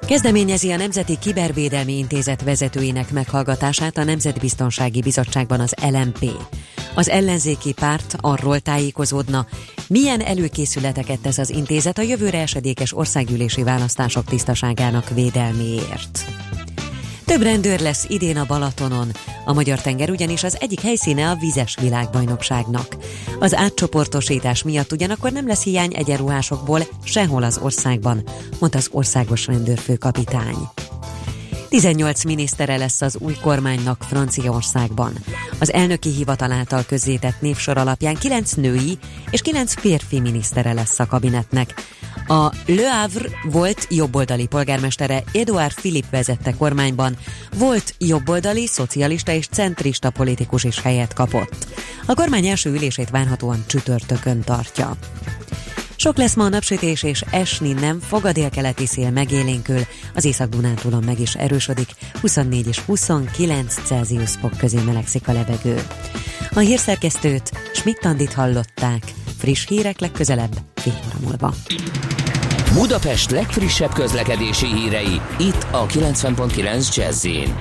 Kezdeményezi a Nemzeti Kibervédelmi Intézet vezetőinek meghallgatását a Nemzetbiztonsági Bizottságban az el em pé. Az ellenzéki párt arról tájékozódna, milyen előkészületeket tesz az intézet a jövőre esedékes országgyűlési választások tisztaságának védelméért. Több rendőr lesz idén a Balatonon. A magyar tenger ugyanis az egyik helyszíne a vizes világbajnokságnak. Az átcsoportosítás miatt ugyanakkor nem lesz hiány egyenruhásokból sehol az országban, mondta az országos rendőrfőkapitány. tizennyolc minisztere lesz az új kormánynak Franciaországban. Az elnöki hivatal által közzétett névsor alapján kilenc női és kilenc férfi minisztere lesz a kabinetnek. A Le Havre volt jobboldali polgármestere Édouard Philippe vezette kormányban, volt jobboldali, szocialista és centrista politikus is helyet kapott. A kormány első ülését várhatóan csütörtökön tartja. Sok lesz ma a napsütés és esni nem fog, a délkeleti szél megélénkül, az Észak-Dunántúlon meg is erősödik, huszonnégy és huszonkilenc Celsius fok közé melegszik a levegő. A hírszerkesztőt, Schmidt-Andit hallották, friss hírek legközelebb fél óra múlva. Budapest legfrissebb közlekedési hírei, itt a kilencven pont kilenc Jazz-in.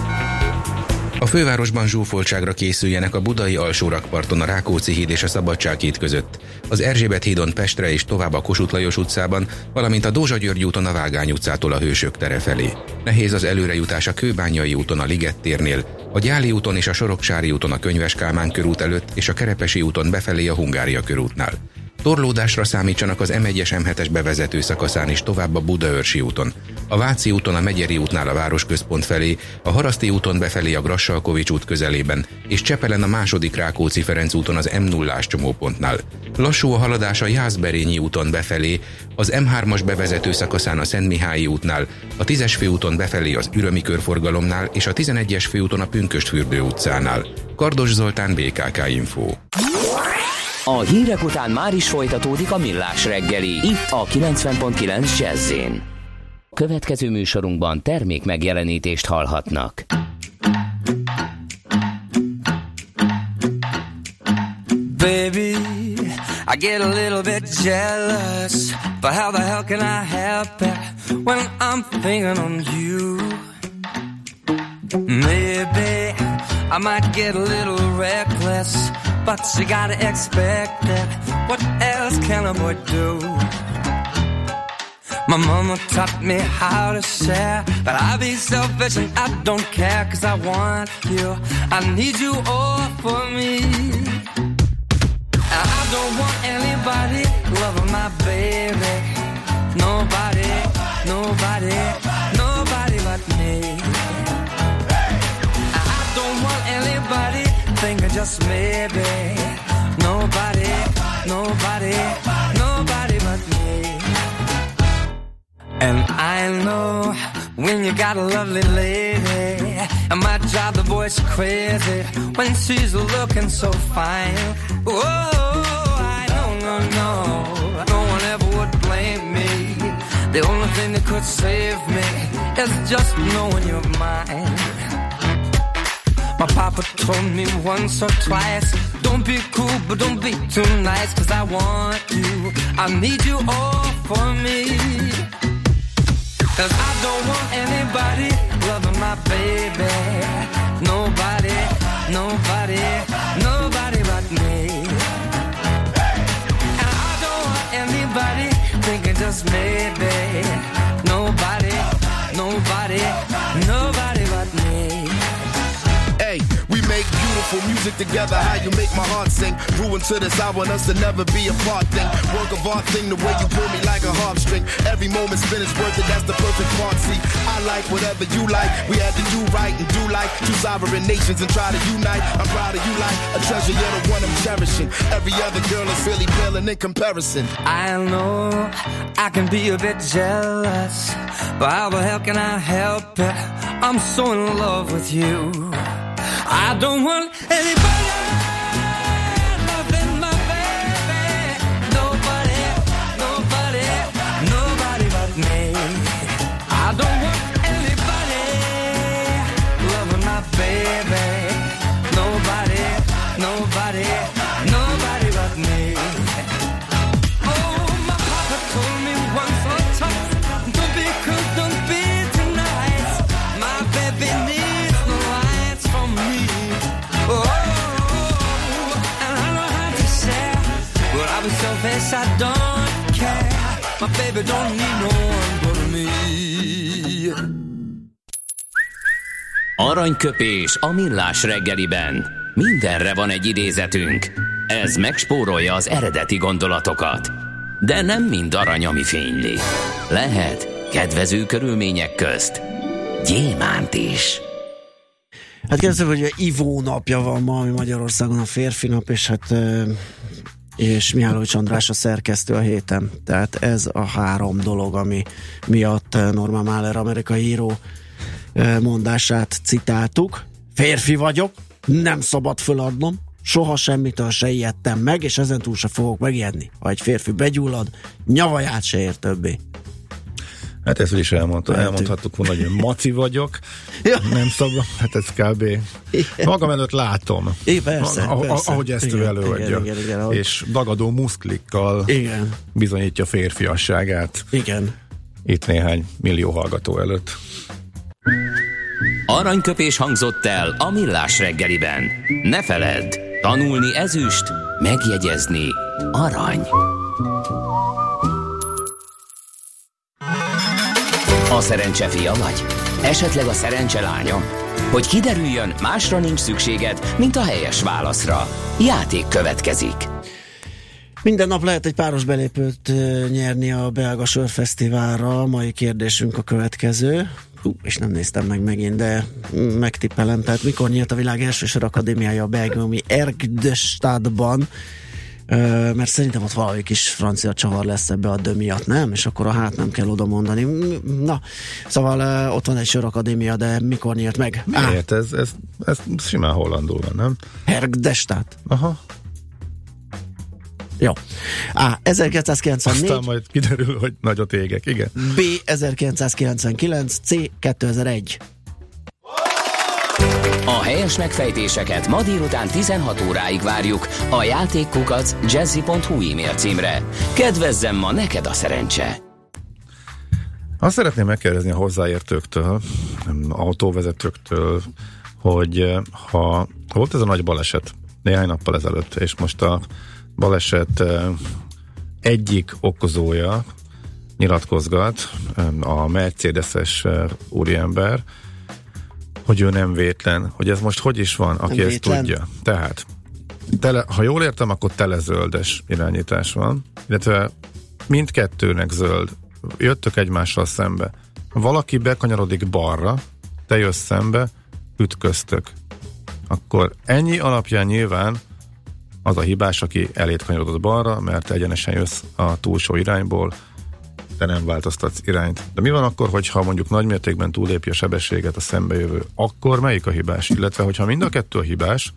A fővárosban zsúfoltságra készüljenek a budai alsórakparton a Rákóczi híd és a Szabadság híd között, az Erzsébet hídon Pestre és tovább a Kossuth Lajos utcában, valamint a Dózsa György úton a Vágány utcától a Hősök tere felé. Nehéz az előrejutás a Kőbányai úton a Liget térnél, a Gyáli úton és a Soroksári úton a Könyves Kálmán körút előtt és a Kerepesi úton befelé a Hungária körútnál. Torlódásra számítsanak az em egyes em hetes bevezető szakaszán is tovább a Budaörsi úton, a Váci úton a Megyeri útnál a Városközpont felé, a Haraszti úton befelé a Grassalkovics út közelében, és Csepelen a második Rákóczi-Ferenc úton az em nullás csomópontnál. Lassú a haladás a Jászberényi úton befelé, az em hármas bevezető szakaszán a Szentmihályi útnál, a tízes főúton befelé az Ürömi körforgalomnál és a tizenegyes főúton a Pünkösdfürdő utcánál. Kardos Zoltán, bé ká ká Info. A hírek után már is folytatódik a Millás reggeli, itt a kilencven pont kilenc Jazz-in. Következő műsorunkban termék megjelenítést hallhatnak. Baby, I get a little bit jealous, but how the hell can I help it when I'm thinking on you? Maybe I might get a little reckless, but you gotta expect it. What else can a boy do? My mama taught me how to share, but I be selfish and I don't care, 'cause I want you, I need you all for me. And I don't want anybody loving my baby. Nobody, nobody, nobody but me. And I don't want anybody thinking just maybe. Nobody, nobody, nobody but me. And I know when you got a lovely lady, it might drive the boys crazy when she's looking so fine. Oh, I know, no, no, no one ever would blame me. The only thing that could save me is just knowing you're mine. My papa told me once or twice, don't be cool, but don't be too nice, 'cause I want you, I need you all for me. 'Cause I don't want anybody loving my baby. Nobody, nobody, nobody but me. And I don't want anybody thinking just maybe. Nobody, nobody, nobody but me. Hey, we make beautiful music together, how you make my heart sing. Ruin to this, I want us to never be apart thing. Work of art thing, the way you pull me like a harp string. Every moment spent is worth it, that's the perfect part. See, I like whatever you like. We had to do right and do like two sovereign nations and try to unite. I'm proud of you like a treasure, you're the one I'm cherishing. Every other girl is really paling in comparison. I know I can be a bit jealous, but how the hell can I help it? I'm so in love with you. I don't want anybody loving my baby. Nobody, nobody, nobody but me. I don't want anybody loving my baby. Nobody, nobody, nobody but me. Oh, my papa told me once or twice, don't be cruel, don't be My baby don't need no one but me. Aranyköpés a millás reggeliben. Mindenre van egy idézetünk. Ez megspórolja az eredeti gondolatokat. De nem mind arany, ami fényli. Lehet kedvező körülmények közt gyémánt is. Hát kérdezem, hogy Ivó napja van ma, ami Magyarországon a férfi nap, és hát és Mihálovics András a szerkesztő a héten. Tehát ez a három dolog, ami miatt Norman Mailer amerikai író mondását citáltuk. Férfi vagyok, nem szabad föladnom, soha semmitől se ijedtem meg, és ezentúl se fogok megijedni. Ha egy férfi begyullad, nyavaját se ér többé. Hát ezt is elmondta, elmondhattuk volna, hogy maci vagyok, ja. Nem szabad, hát ez kb. Magam előtt látom, é, persze, a, persze. ahogy ezt igen, ő előadja, igen, igen, igen, és dagadó muszklikkal igen. bizonyítja férfiasságát. Igen. Itt néhány millió hallgató előtt. Aranyköpés hangzott el a millás reggeliben. Ne feledd, tanulni ezüst, megjegyezni arany. A szerencse fia vagy? Esetleg a szerencse lánya? Hogy kiderüljön, másra nincs szükséged, mint a helyes válaszra. Játék következik. Minden nap lehet egy páros belépőt nyerni a belga sörfesztiválra. A mai kérdésünk a következő. Hú, és nem néztem meg megint, de megtippelem. Tehát mikor nyílt a világ első sörakadémiája a belgiumi Ergdestadtban? Mert szerintem ott valami kis francia csavar lesz ebbe a dö miatt, nem? És akkor a hát nem kell oda mondani. Na, szóval ott van egy sörakadémia, de mikor nyílt meg? Miért? Ez, ez, ez simán hollandul van, nem? Ergdestadt. Aha. Jó. A. ezerkilencszázkilencvennégy. Aztán majd kiderül, hogy nagyot égek, igen. B. ezerkilencszázkilencvenkilenc. C. kétezer-egy. A helyes megfejtéseket ma délután tizenhat óráig várjuk a játékkukac jazzy pont hu e-mail címre. Kedvezzem ma neked a szerencse! Azt szeretném megkérdezni a hozzáértőktől, autóvezetőktől, hogy ha volt ez a nagy baleset néhány nappal ezelőtt, és most a baleset egyik okozója nyilatkozgat, a Mercedes-es úriember, hogy ő nem vétlen, hogy ez most hogy is van, aki nem ezt vétlen. Tudja. Tehát, tele, ha jól értem, akkor telezöldes irányítás van, illetve mindkettőnek zöld. Jöttök egymással szembe. Valaki bekanyarodik balra, te jössz szembe, ütköztök. Akkor ennyi alapján nyilván az a hibás, aki elét kanyarodott balra, mert egyenesen jössz a túlsó irányból, te nem változtatsz irányt. De mi van akkor, hogyha mondjuk nagymértékben túllépi a sebességet a szembejövő? Akkor melyik a hibás? Illetve, hogyha mind a kettő a hibás,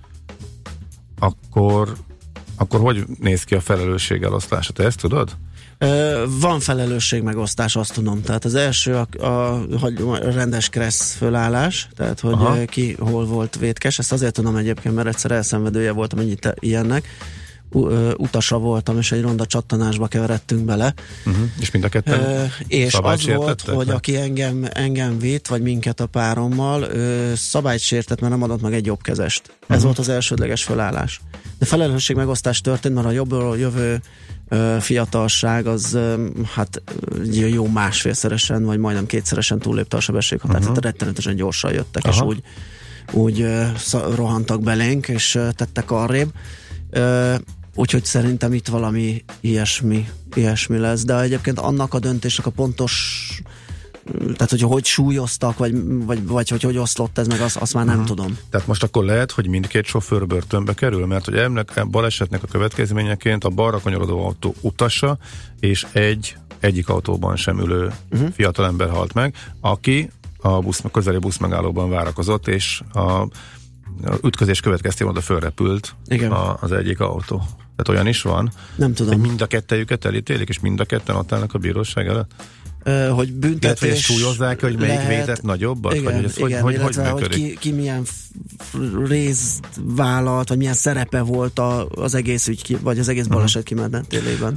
akkor, akkor hogy néz ki a felelősségelosztása? Te ezt tudod? Van felelősségmegosztás, azt tudom. Tehát az első a, a, a rendes kressz fölállás, tehát hogy aha. ki hol volt vétkes. Ezt azért tudom egyébként, mert egyszer elszenvedője voltam egy ilyennek. U, utasa voltam, és egy ronda csattanásba keveredtünk bele. Uh-huh. És mind a ketten uh, és az volt, hogy le? Aki engem, engem vitt, vagy minket a párommal, ő szabályt sértett, mert nem adott meg egy jobbkezest. Uh-huh. Ez volt az elsődleges fölállás. De felelősségmegosztás történt, mert a jobbról jövő uh, fiatalság az uh, hát jó másfélszeresen, vagy majdnem kétszeresen túllépte a sebességhatárt. Uh-huh. Tehát rettenetesen gyorsan jöttek, aha. és úgy, úgy uh, rohantak belénk, és uh, tettek arrébb. Uh, úgyhogy szerintem itt valami ilyesmi, ilyesmi lesz, de egyébként annak a döntésnek a pontos, tehát hogy hogy súlyoztak, vagy, vagy, vagy hogy hogy oszlott ez meg, azt, azt már nem uh-huh. tudom. Tehát most akkor lehet, hogy mindkét sofőr börtönbe kerül, mert hogy ennek a balesetnek a következményeként a balra kanyarodó autó utasa és egy egyik autóban sem ülő uh-huh. fiatalember halt meg, aki a busz, közeli buszmegállóban várakozott, és a ütközés következtében oda fölrepült a, az egyik autó. Tehát olyan is van. Nem tudom. Hogy mind a kettejüket elítélik, és mind a ketten ott állnak a bíróság előtt? Ö, hogy büntetés lehet, hogy súlyozzák, hogy melyik lehet, védett nagyobbat? Igen, vagy hogy ez igen, hogy, illetve, hogy, hogy ki, ki milyen részt vállalt, vagy milyen szerepe volt a, az egész ügy, vagy az egész baleset uh-huh. kimenetélében.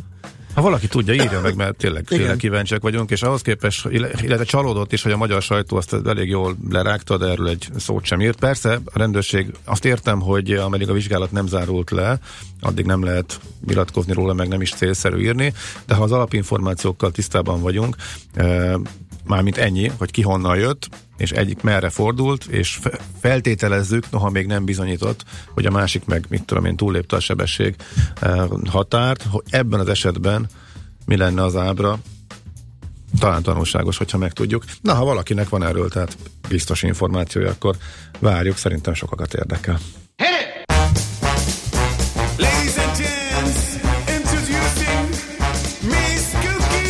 Ha valaki tudja, írja meg, mert tényleg, tényleg kíváncsiak vagyunk, és ahhoz képest, illetve csalódott is, hogy a magyar sajtó azt elég jól lerágta, de erről egy szót sem írt. Persze, a rendőrség, azt értem, hogy ameddig a vizsgálat nem zárult le, addig nem lehet nyilatkozni róla, meg nem is célszerű írni, de ha az alapinformációkkal tisztában vagyunk, e, mármint ennyi, hogy ki honnan jött, és egyik merre fordult, és feltételezzük, noha még nem bizonyított, hogy a másik meg, mit tudom én, túllépte a sebesség határt, hogy ebben az esetben mi lenne az ábra, talán tanulságos, hogyha megtudjuk. Na, ha valakinek van erről, tehát biztos információja, akkor várjuk, szerintem sokakat érdekel. Ladies and gents, introducing Miss Cookie.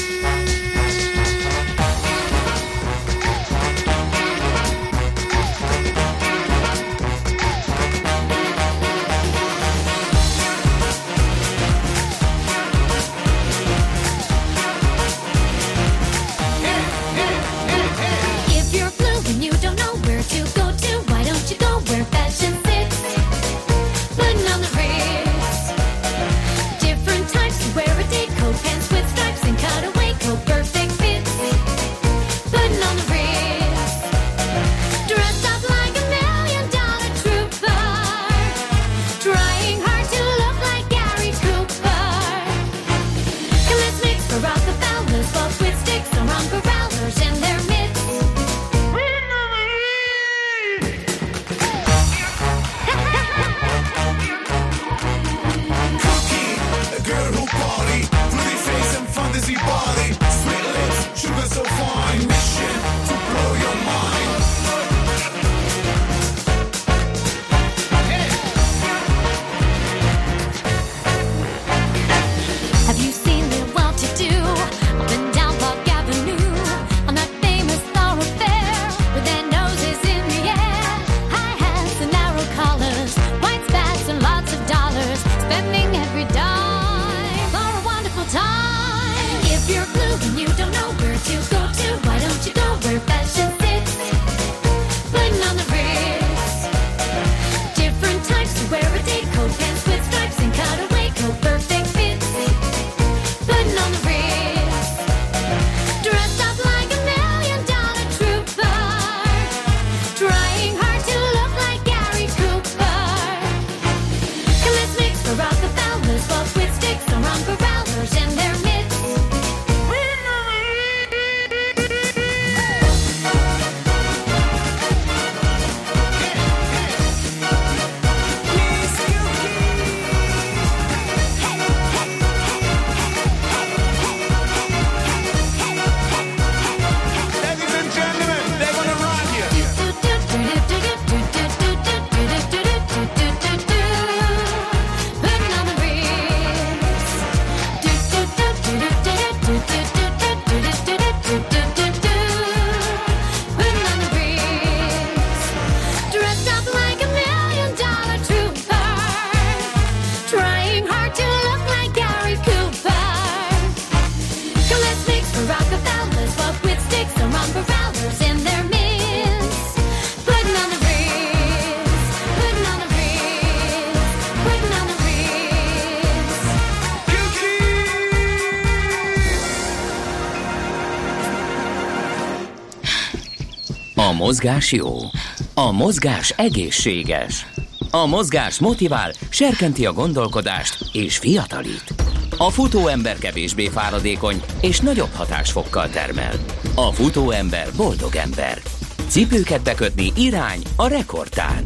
If you're blue and you don't know where to go to, why don't you go where fashion sits? Putting on the Ritz. Different types, you wear a day coat, pants with stripes and cutaway coat, perfect fits. Putting on the Ritz. Dressed up like a million dollar trooper, trying hard to look like Gary Cooper. And let's mix for Rockefellers, but with sticks on umbrellas and their mitts. Cookie, a girl who party, pretty face and fantasy body, sweet lips, sugar so fine, mission to blow your mind. Have you seen the well-to-do up and down Park Avenue on that famous thoroughfare with their noses in the air, high hats and narrow collars, white spats and lots of dollars, spending every dime for a wonderful time. If you're blue and you don't know where to go to, why don't you go where fashion sits? Putting on the Ritz. Different types, you wear a day coat, pants with stripes and cutaway coat, perfect fits. Putting on the Ritz. Dressed up like a million dollar trooper, trying hard to look like Gary Cooper. And let's mix for Rockefellers, but with sticks or umbrellas and their mitts. Ladies and gentlemen, they're gonna rock you. Putting on the Ritz. Putting on the Ritz. Dressed up like a million dollar trooper, trying hard to look like Gary Cooper. So let's mix for Rockefellers, but with sticks or umbrellas in their mitts. Putting on the Ritz, putting on the Ritz, putting on the Ritz. A mozgás jó. A mozgás egészséges. A mozgás motivál, serkenti a gondolkodást és fiatalít. A futóember kevésbé fáradékony és nagyobb hatásfokkal termel. A futóember boldog ember. Cipőket bekötni irány a rekordtán.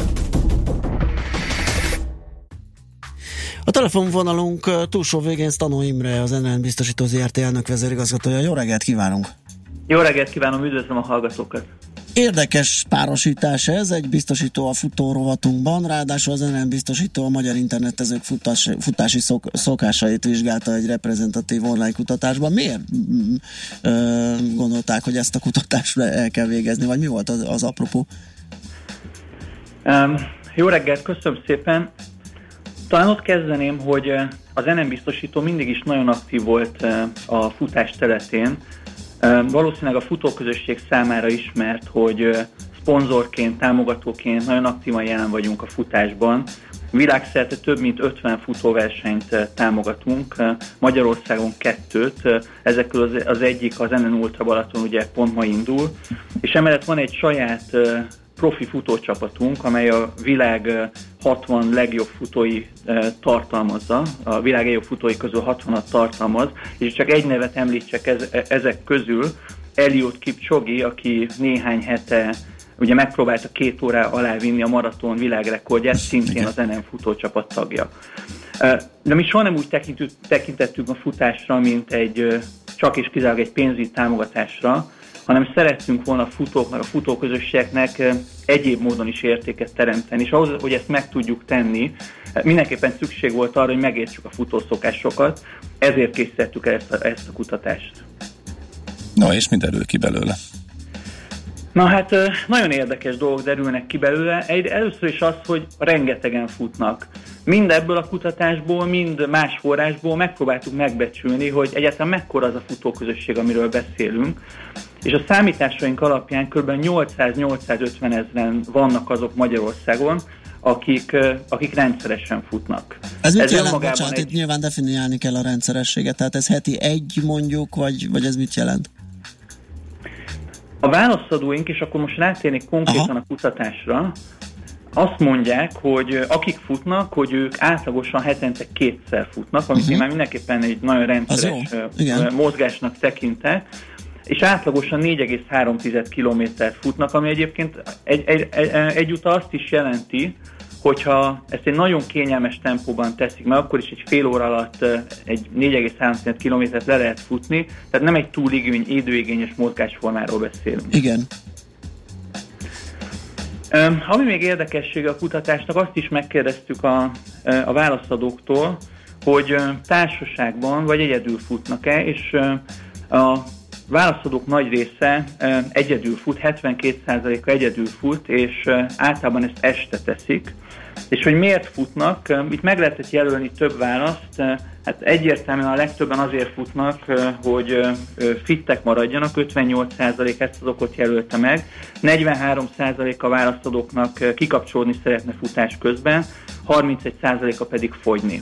A telefonvonalunk túlsó végén Stanó Imre, az en el Biztosító zé er té elnök vezérigazgatója. Jó reggelt kívánunk! Jó reggelt kívánom, üdvözlöm a hallgatókat! Érdekes párosítás ez, egy biztosító a futó rovatunkban, ráadásul az en el Biztosító a magyar internetezők futás, futási szok, szokásait vizsgálta egy reprezentatív online kutatásban. Miért mm, ö, gondolták, hogy ezt a kutatást el kell végezni, vagy mi volt az, az apropó? Um, jó reggelt, köszönöm szépen! Talán ott kezdeném, hogy az en el Biztosító mindig is nagyon aktív volt a futás területén. Valószínűleg a futóközösség számára ismert, hogy szponzorként, támogatóként nagyon aktívan jelen vagyunk a futásban, Világszerte több mint ötven futóversenyt támogatunk, Magyarországon kettőt, ezek közül az egyik az en en Ultra Balaton ugye pont ma indul, és emellett van egy saját profi futócsapatunk, amely a világ hatvan legjobb futói tartalmazza, a világ legjobb futói közül hatvanat tartalmaz, és csak egy nevet említsek ezek közül, Eliud Kipchoge, aki néhány hete ugye megpróbálta két órá alá vinni a maraton világrekordját, szintén az en em futócsapat tagja. De mi soha nem úgy tekintettük a futásra, mint egy csak és kizárólag egy pénzügyi támogatásra, hanem szerettünk volna a futóknak, a futóközösségeknek egyéb módon is értéket teremteni, és ahhoz, hogy ezt meg tudjuk tenni, mindenképpen szükség volt arra, hogy megértsük a futószokásokat, ezért készítettük el ezt a, ezt a kutatást. Na, és mi derül ki belőle? Na hát nagyon érdekes dolgok derülnek ki belőle. Először is az, hogy rengetegen futnak. Mind ebből a kutatásból, mind más forrásból megpróbáltuk megbecsülni, hogy egyáltalán mekkora az a futóközösség, amiről beszélünk. És a számításaink alapján kb. nyolcszáz-nyolcszázötven ezren vannak azok Magyarországon, akik, akik rendszeresen futnak. Ez mit ez jelent? Bocsánat, egy... itt nyilván definiálni kell a rendszerességet, tehát ez heti egy mondjuk, vagy, vagy ez mit jelent? A válaszadóink, és akkor most rátérnék konkrétan Aha. a kutatásra, azt mondják, hogy akik futnak, hogy ők átlagosan hetente kétszer futnak, amit uh-huh. én már mindenképpen egy nagyon rendszeres mozgásnak tekintek, és átlagosan négy egész három kilométert futnak, ami egyébként egy, egy, egy, egyúttal azt is jelenti, hogyha ezt egy nagyon kényelmes tempóban teszik, mert akkor is egy fél óra alatt egy négy egész három kilométert le lehet futni, tehát nem egy túl igény, időigényes mozgásformáról beszélünk. Igen. Um, ami még érdekessége a kutatásnak, azt is megkérdeztük a, a válaszadóktól, hogy társaságban vagy egyedül futnak-e, és a válaszadók nagy része egyedül fut, hetvenkét százaléka egyedül fut, és általában ezt este teszik. És hogy miért futnak, itt meg lehetett jelölni több választ, hát egyértelműen a legtöbben azért futnak, hogy fittek maradjanak, ötvennyolc százalék ezt az okot jelölte meg, negyvenhárom százalék a válaszadóknak kikapcsolódni szeretne futás közben, harmincegy százaléka pedig fogyni.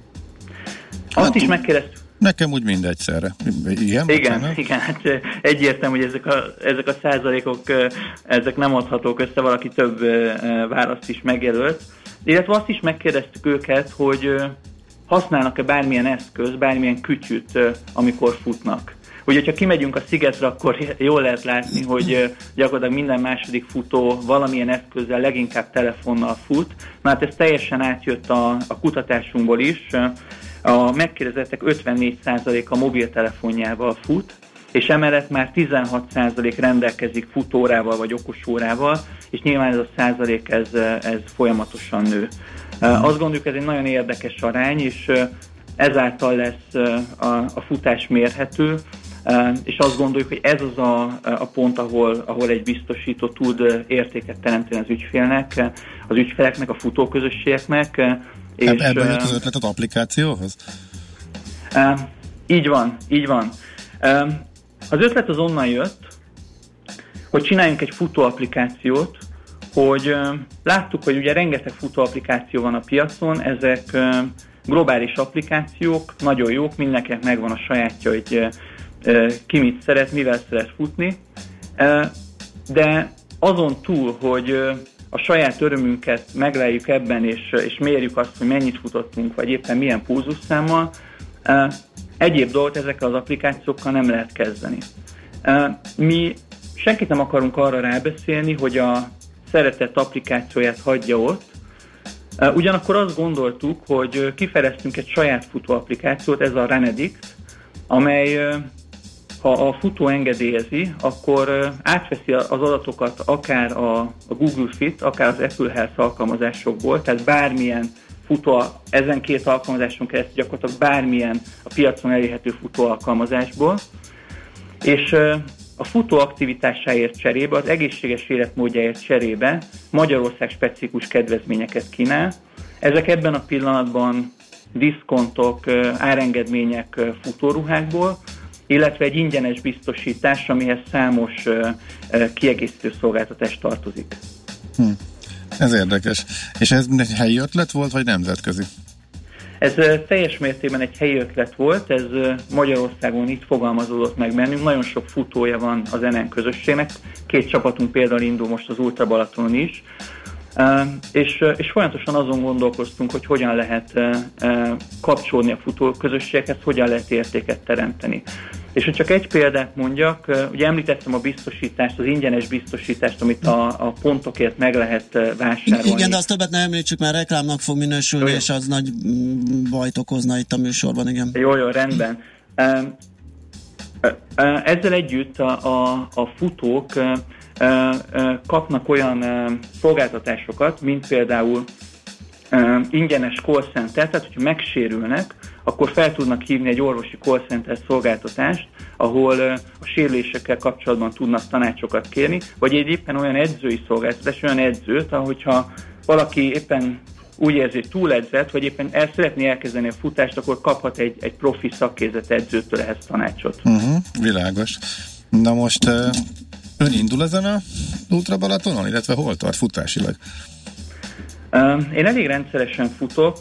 Azt hát, is megkérdeztük, nekem úgy mindegyszerre. Igen, igen, igen, hát egyértelmű, hogy ezek a, ezek a százalékok ezek nem adhatók össze, valaki több választ is megjelölt. Illetve azt is megkérdeztük őket, hogy használnak-e bármilyen eszköz, bármilyen kütyüt, amikor futnak. Ugye, ha kimegyünk a szigetre, akkor jól lehet látni, hogy gyakorlatilag minden második futó valamilyen eszközzel, leginkább telefonnal fut. Na hát ez teljesen átjött a, a kutatásunkból is. A megkérdezettek ötvennégy százaléka mobiltelefonjával fut, és emellett már tizenhat százalék rendelkezik futórával vagy okosórával, és nyilván ez a százalék ez, ez folyamatosan nő. Azt gondoljuk, ez egy nagyon érdekes arány, és ezáltal lesz a, a futás mérhető, és azt gondoljuk, hogy ez az a, a pont, ahol, ahol egy biztosító tud értéket teremteni az ügyfélnek, az ügyfeleknek, a futóközösségeknek. És, Ebben jött az ötlet az applikációhoz? Uh, így van, így van. Uh, az ötlet az onnan jött, hogy csináljunk egy futóapplikációt, hogy uh, láttuk, hogy ugye rengeteg futóapplikáció van a piacon, ezek uh, globális applikációk, nagyon jók, mindenkinek megvan a sajátja, hogy uh, ki mit szeret, mivel szeret futni, uh, de azon túl, hogy uh, a saját örömünket megleljük ebben, és, és mérjük azt, hogy mennyit futottunk, vagy éppen milyen pulzusszámmal, uh, egyéb dolgot ezekkel az applikációkkal nem lehet kezdeni. Uh, mi senkit nem akarunk arra rábeszélni, hogy a szeretett applikációját hagyja ott, uh, ugyanakkor azt gondoltuk, hogy kifejlesztünk egy saját futó applikációt, ez a Runedict, amely uh, ha a futó engedélyezi, akkor átveszi az adatokat akár a Google Fit, akár az Apple Health alkalmazásokból, tehát bármilyen futó, ezen két alkalmazáson keresztül gyakorlatilag bármilyen a piacon elérhető futó alkalmazásból, és a futó aktivitásáért cserébe, az egészséges életmódjáért cserébe Magyarország specifikus kedvezményeket kínál. Ezek ebben a pillanatban diszkontok, árengedmények futóruhákból, illetve egy ingyenes biztosítás, amihez számos uh, uh, kiegészítő szolgáltatás tartozik. Hm. Ez érdekes. És ez egy helyi ötlet volt, vagy nemzetközi? Ez teljes mértékben egy helyi ötlet volt, ez Magyarországon itt fogalmazódott meg bennünk, nagyon sok futója van az en en közösségnek, két csapatunk például indul most az Ultra Balatonon is, Uh, és, és folyamatosan azon gondolkoztunk, hogy hogyan lehet uh, uh, kapcsolni a futó közösséghez, hogyan lehet értéket teremteni. És hogy csak egy példát mondjak, uh, ugye említettem a biztosítást, az ingyenes biztosítást, amit a, a pontokért meg lehet uh, vásárolni. Igen, de azt többet ne említsük, mert reklámnak fog minősülni, jó, és az nagy bajt okozna itt a műsorban, igen. Jó, jó, rendben. Uh, uh, ezzel együtt a, a, a futók uh, kapnak olyan szolgáltatásokat, mint például ingyenes call center, tehát hogyha megsérülnek, akkor fel tudnak hívni egy orvosi call center szolgáltatást, ahol a sérülésekkel kapcsolatban tudnak tanácsokat kérni, vagy egy éppen olyan edzői szolgáltatás, olyan edzőt, ahogyha valaki éppen úgy érzi, hogy túledzett, vagy éppen el szeretné elkezdeni a futást, akkor kaphat egy, egy profi szakképzett edzőtől ehhez tanácsot. Uh-huh, világos. Na most ön indul ezen a Ultra Balatonon, illetve hol tart futásilag? Én elég rendszeresen futok.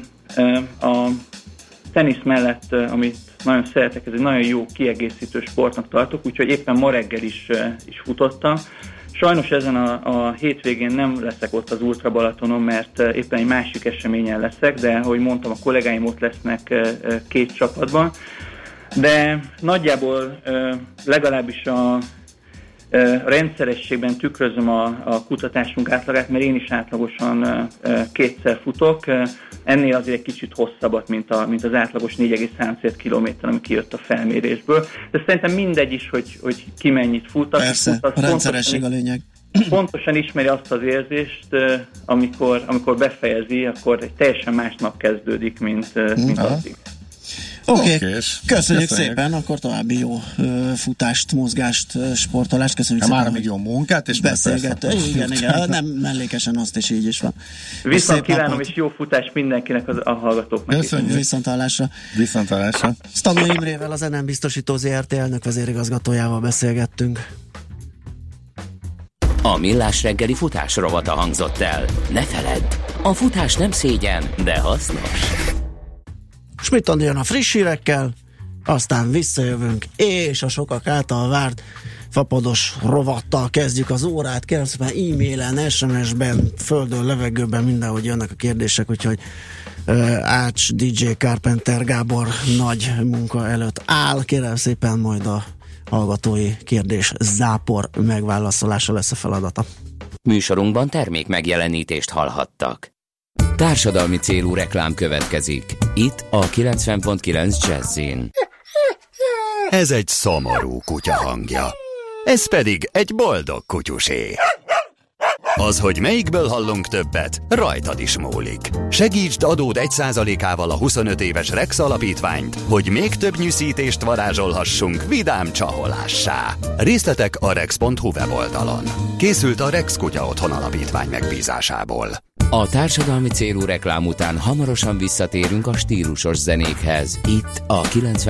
A tenisz mellett, amit nagyon szeretek, ez egy nagyon jó kiegészítő sportnak tartok, úgyhogy éppen ma reggel is, is futottam. Sajnos ezen a, a hétvégén nem leszek ott az Ultra Balatonon, mert éppen egy másik eseményen leszek, de ahogy mondtam, a kollégáim ott lesznek két csapatban. De nagyjából legalábbis a A rendszerességben tükrözöm a, a kutatásunk átlagát, mert én is átlagosan kétszer futok, ennél azért egy kicsit hosszabbat, mint, a, mint az átlagos négy egész három kilométer, ami kijött a felmérésből. De szerintem mindegy is, hogy, hogy ki mennyit fut. Persze, fut, a rendszeresség a lényeg. Pontosan ismeri azt az érzést, amikor, amikor befejezi, akkor egy teljesen más nap kezdődik, mint, mint addig. Oké, okay. Köszönjük szépen, akkor további jó uh, futást, mozgást, uh, sportolást. Köszönjük szépen. Már még jó munkát, és beszélgető. Igen, igen, nem mellékesen azt is így is van. Viszont kívánom, és jó futás mindenkinek az, a hallgatóknak. Köszönjük. Viszonthallásra. Viszonthallásra. Sztanó Imrével, az en em Biztosító zé er té elnök vezérigazgatójával beszélgettünk. A Millás reggeli futás rovata hangzott el. Ne feledd, a futás nem szégyen, de hasznos. Schmidt Andi jön a friss hírekkel, aztán visszajövünk, és a sokak által várt fapados rovattal kezdjük az órát. Kérem szépen e-mailen, es em es-ben, földön, levegőben, mindenhogy jönnek a kérdések, úgyhogy uh, Ács dé dzsé Carpenter Gábor nagy munka előtt áll. Kérem szépen, majd a hallgatói kérdés zápor megválaszolása lesz a feladata. Műsorunkban termék megjelenítést hallhattak. Társadalmi célú reklám következik. Itt a kilencven pont kilenc Jazzin. Ez egy szomorú kutya hangja. Ez pedig egy boldog kutyusé. Az, hogy melyikből hallunk többet, rajtad is múlik. Segítsd adód egy százalékával a huszonöt éves Rex alapítványt, hogy még több nyűszítést varázsolhassunk vidám csaholássá. Részletek a rex pont hu weboldalon. Készült a Rex Kutya Otthon Alapítvány megbízásából. A társadalmi célú reklám után hamarosan visszatérünk a stílusos zenékhez. Itt a kilencven